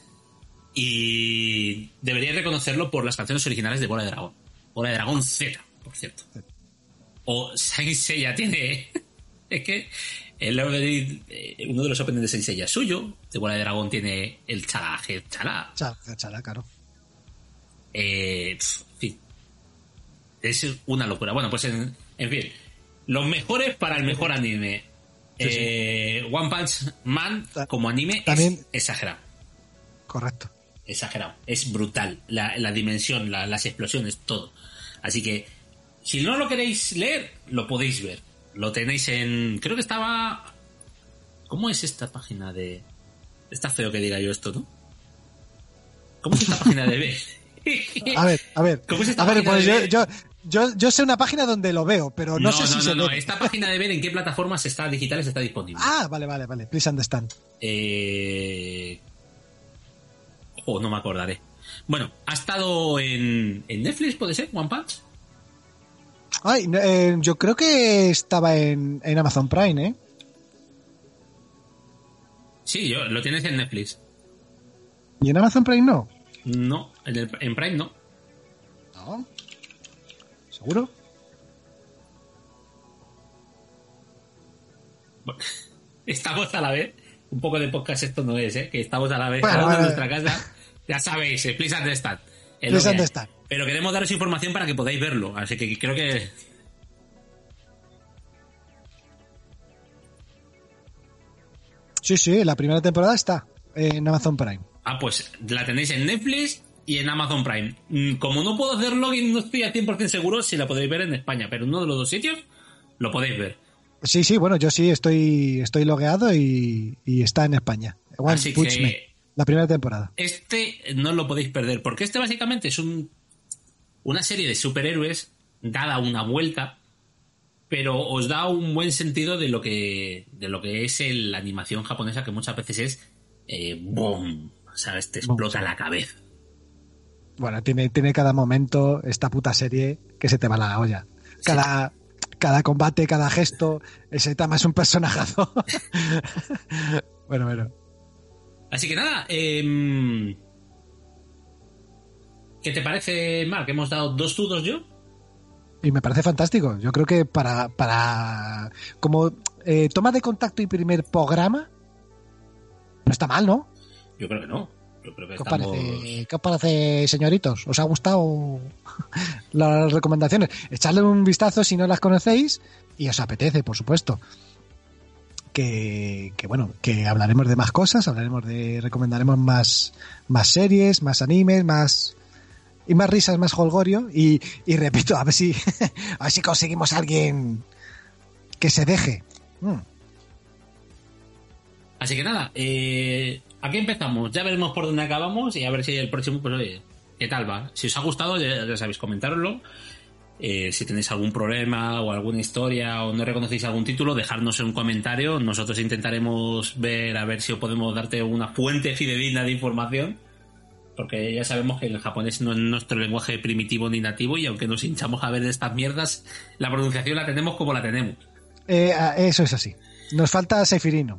Y deberíais reconocerlo por las canciones originales de Bola de Dragón. Bola de Dragón Z, por cierto. O Saint Seiya tiene... es que el, eh, uno de los openings de Saint Seiya es suyo. De Bola de Dragón tiene el Chala Head Chala. Chala, chala, claro. Eh, pf, en fin. Es una locura. Bueno, pues en, en fin. Los mejores para el mejor anime. Sí, sí. Eh, One Punch Man Ta- como anime también- es exagerado. Correcto. Exagerado. Es brutal. La, la dimensión, la- las explosiones, todo. Así que, si no lo queréis leer, lo podéis ver. Lo tenéis en... Creo que estaba... ¿Cómo es esta página de...? Está feo que diga yo esto, ¿no? ¿Cómo es esta página de B? A ver, a ver. ¿Cómo es esta A ver, página pues de yo, B? yo, yo, yo sé una página donde lo veo, pero no, No, sé no, si no, se no. ve. Esta página de ver en qué plataformas está digitales está disponible. Ah, vale, vale, vale. Please understand. Eh... Oh, no me acordaré. Bueno, ha estado en, en Netflix, ¿puede ser? One Punch. Ay, no, eh, yo creo que estaba en, en Amazon Prime, ¿eh? Sí, yo, lo tienes en Netflix. ¿Y en Amazon Prime no? No, en, el, en Prime no. No. ¿Seguro? Bueno, estamos a la vez. Un poco de podcast esto no es, ¿eh? Que estamos a la vez Bueno, grabando en bueno. nuestra casa. Ya sabéis, eh, please understand. Es lo Please que hay. understand. Pero queremos daros información para que podáis verlo. Así que creo que... Sí, sí, la primera temporada está en Amazon Prime. Ah, pues la tenéis en Netflix y en Amazon Prime. Mm, Como no puedo hacer login, no estoy al cien por ciento seguro si la podéis ver en España, pero en uno de los dos sitios lo podéis ver. Sí, sí, bueno, yo sí estoy, estoy logueado y, y está en España. One Así Punch que- Man, la primera temporada. Este no lo podéis perder, porque este básicamente es un una serie de superhéroes dada una vuelta, pero os da un buen sentido de lo que de lo que es el- la animación japonesa, que muchas veces es eh, ¡boom! ¿Sabes? Te explota la cabeza. Bueno, tiene, tiene cada momento esta puta serie que se te va la olla. Cada, cada combate, cada gesto, ese Tama es un personajazo. Bueno, bueno. Así que nada, eh, ¿qué te parece, Mark? Hemos dado dos dudos yo. Y me parece fantástico. Yo creo que para, para como eh, toma de contacto y primer programa, no está mal, ¿no? Yo creo que no. Yo creo que ¿Qué os estamos... parece, ¿Qué os parece, señoritos? ¿Os ha gustado las recomendaciones? Echadle un vistazo si no las conocéis y os apetece, por supuesto. Que, que bueno, que hablaremos de más cosas, hablaremos de, recomendaremos más, más series, más animes, más y más risas, más holgorio y, y repito, a ver si a ver si conseguimos a alguien que se deje. Mm. Así que nada, eh, aquí empezamos. Ya veremos por dónde acabamos y a ver si el próximo, pues oye, ¿qué tal va? Si os ha gustado, ya, ya sabéis, comentároslo. Eh, si tenéis algún problema o alguna historia o no reconocéis algún título, dejadnos en un comentario. Nosotros intentaremos ver a ver si podemos darte una fuente fidedigna de información. Porque ya sabemos que el japonés no es nuestro lenguaje primitivo ni nativo y aunque nos hinchamos a ver de estas mierdas, la pronunciación la tenemos como la tenemos. Eh, eso es así. Nos falta Sefirino.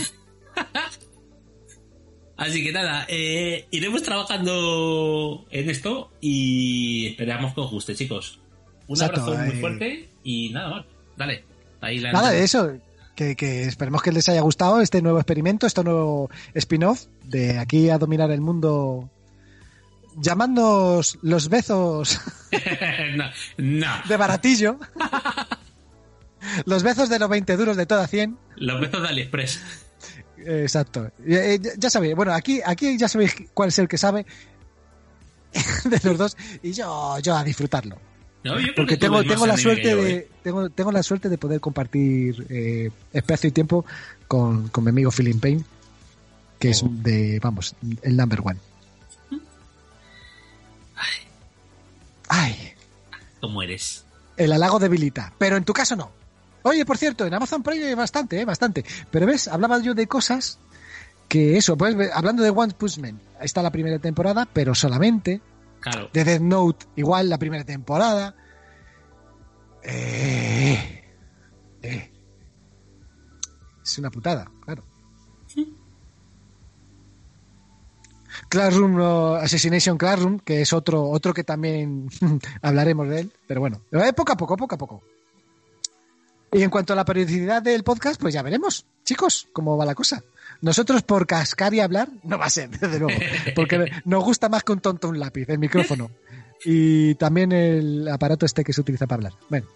Así que nada, eh, iremos trabajando en esto y esperamos que os guste, chicos. Un Exacto, abrazo muy eh. fuerte y nada más. Dale. Ahí la Nada de eso. Que, que esperemos que les haya gustado este nuevo experimento, este nuevo spin-off de aquí a dominar el mundo, llamándonos los bezos no, no. de baratillo, los bezos de los veinte duros de toda cien. Los besos de AliExpress. Eh, exacto. Eh, eh, ya sabéis, bueno, aquí, aquí ya sabéis cuál es el que sabe de los dos y yo, yo a disfrutarlo. No, yo creo Porque que tú tengo, ves más tengo la anime suerte que yo, de ¿eh? tengo, tengo la suerte de poder compartir eh, espacio y tiempo con, con mi amigo Philip Payne, que Oh. es de, vamos, el number one. Ay, ¿Cómo eres? el halago debilita, pero en tu caso no. Oye, por cierto, en Amazon Prime hay bastante, eh, bastante. Pero ves, hablaba yo de cosas que eso, pues hablando de One Punch Man, ahí está la primera temporada, pero solamente. Claro. De Death Note, igual la primera temporada. Eh, eh. Es una putada, claro. Classroom, no, Assassination Classroom, que es otro, otro que también hablaremos de él, pero bueno, eh, poco a poco, poco a poco. Y en cuanto a la periodicidad del podcast, pues ya veremos, chicos, cómo va la cosa. Nosotros por cascar y hablar no va a ser, desde luego, porque nos gusta más que un tonto un lápiz, el micrófono y también el aparato este que se utiliza para hablar. Bueno.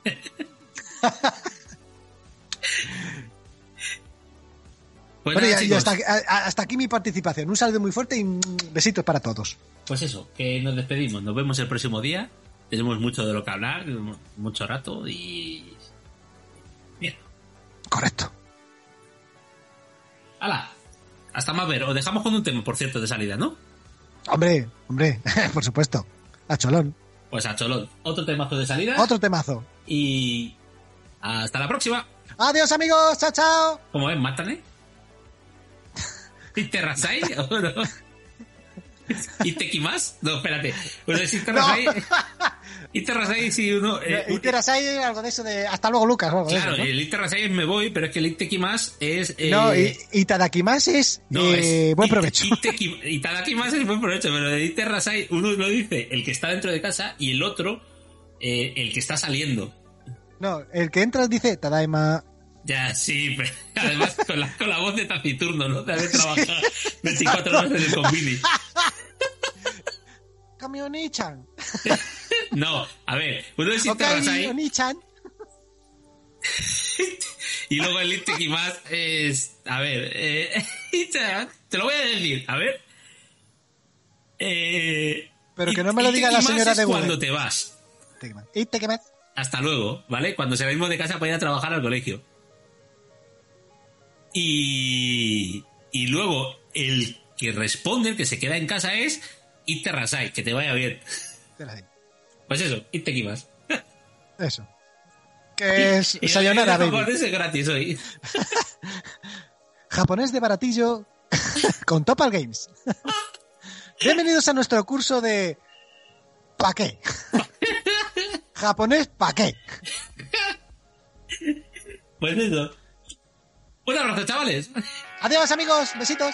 Pues, Bueno, nada, y, y chicos, hasta, a- hasta aquí mi participación. Un saludo muy fuerte y mm, besitos para todos. pues eso, que nos despedimos. Nos vemos el próximo día. Tenemos mucho de lo que hablar, tenemos mucho rato y... Bien. Correcto. ¡Hala! Hasta más ver. Os dejamos con un tema, por cierto, de salida, ¿no? Hombre, hombre, por supuesto. A cholón. Pues a cholón. Otro temazo de salida. Otro temazo. Y... hasta la próxima. Adiós, amigos. Chao, chao. ¿Cómo es? ¿Mátane? ¿Iterrasai? ¿O no? ¿Itekimas? No, espérate. Bueno, es Iterrasai. Iterrasai si uno... eh, Y tienes ahí algo de eso de hasta luego, Lucas. o algo de claro, eso, ¿no? el Iterrasai es me voy, pero es que el Itekimas es... eh, No, y, y Tadakimasu es, no, eh, es buen Ite- provecho. Iteki- Itadakimasu es buen provecho, pero el Iterrasai uno lo dice el que está dentro de casa y el otro eh, el que está saliendo. No, el que entra dice Tadaima. Ya, sí, pero además con la, con la voz de taciturno, ¿no? De haber trabajado veinticuatro horas en el convini. Kami-Oni-chan. No, a ver, uno es Ok, Iterrasai Oni-chan. y luego el Itekimas es... A ver, eh, te lo voy a decir, a ver. Eh, Pero que no me lo diga la Itekimas señora es de Google. cuando te vas. Y te quemas. Hasta luego, ¿vale? Cuando salimos de casa para ir a trabajar al colegio. Y, y luego el que responde, el que se queda en casa es Iterrasai, que te vaya bien. Pues eso, Itekimas. Eso. Que es Y sayonara, el baby. japonés es gratis hoy. Japonés de baratillo con Topal Games. Bienvenidos a nuestro curso de ¿pa qué? Japonés ¿pa qué? Pues eso. Un abrazo, chavales. Adiós, amigos. Besitos.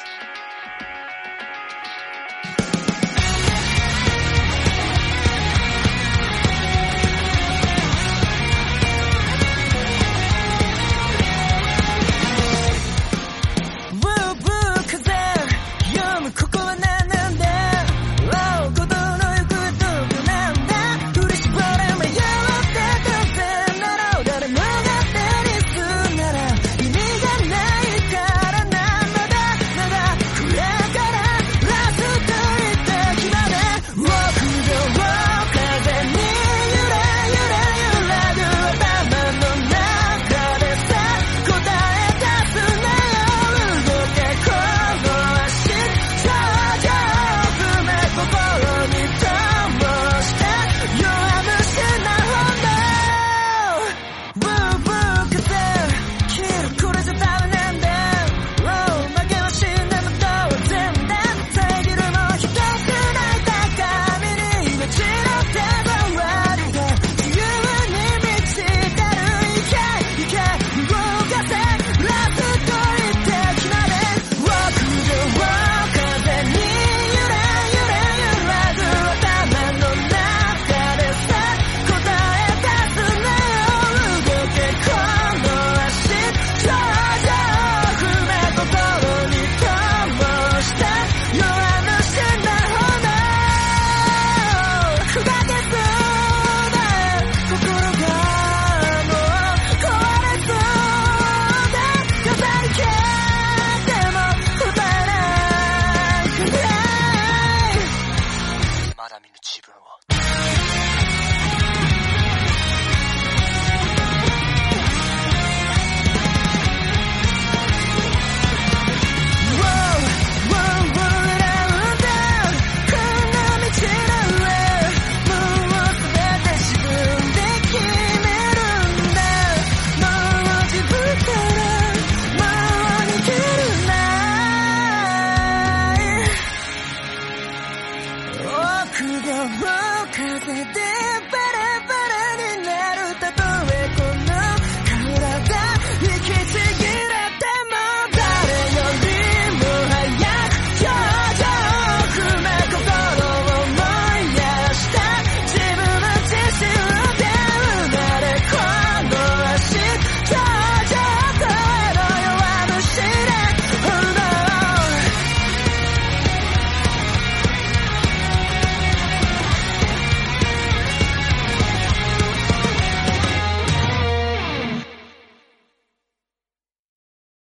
見ぬ自分を風で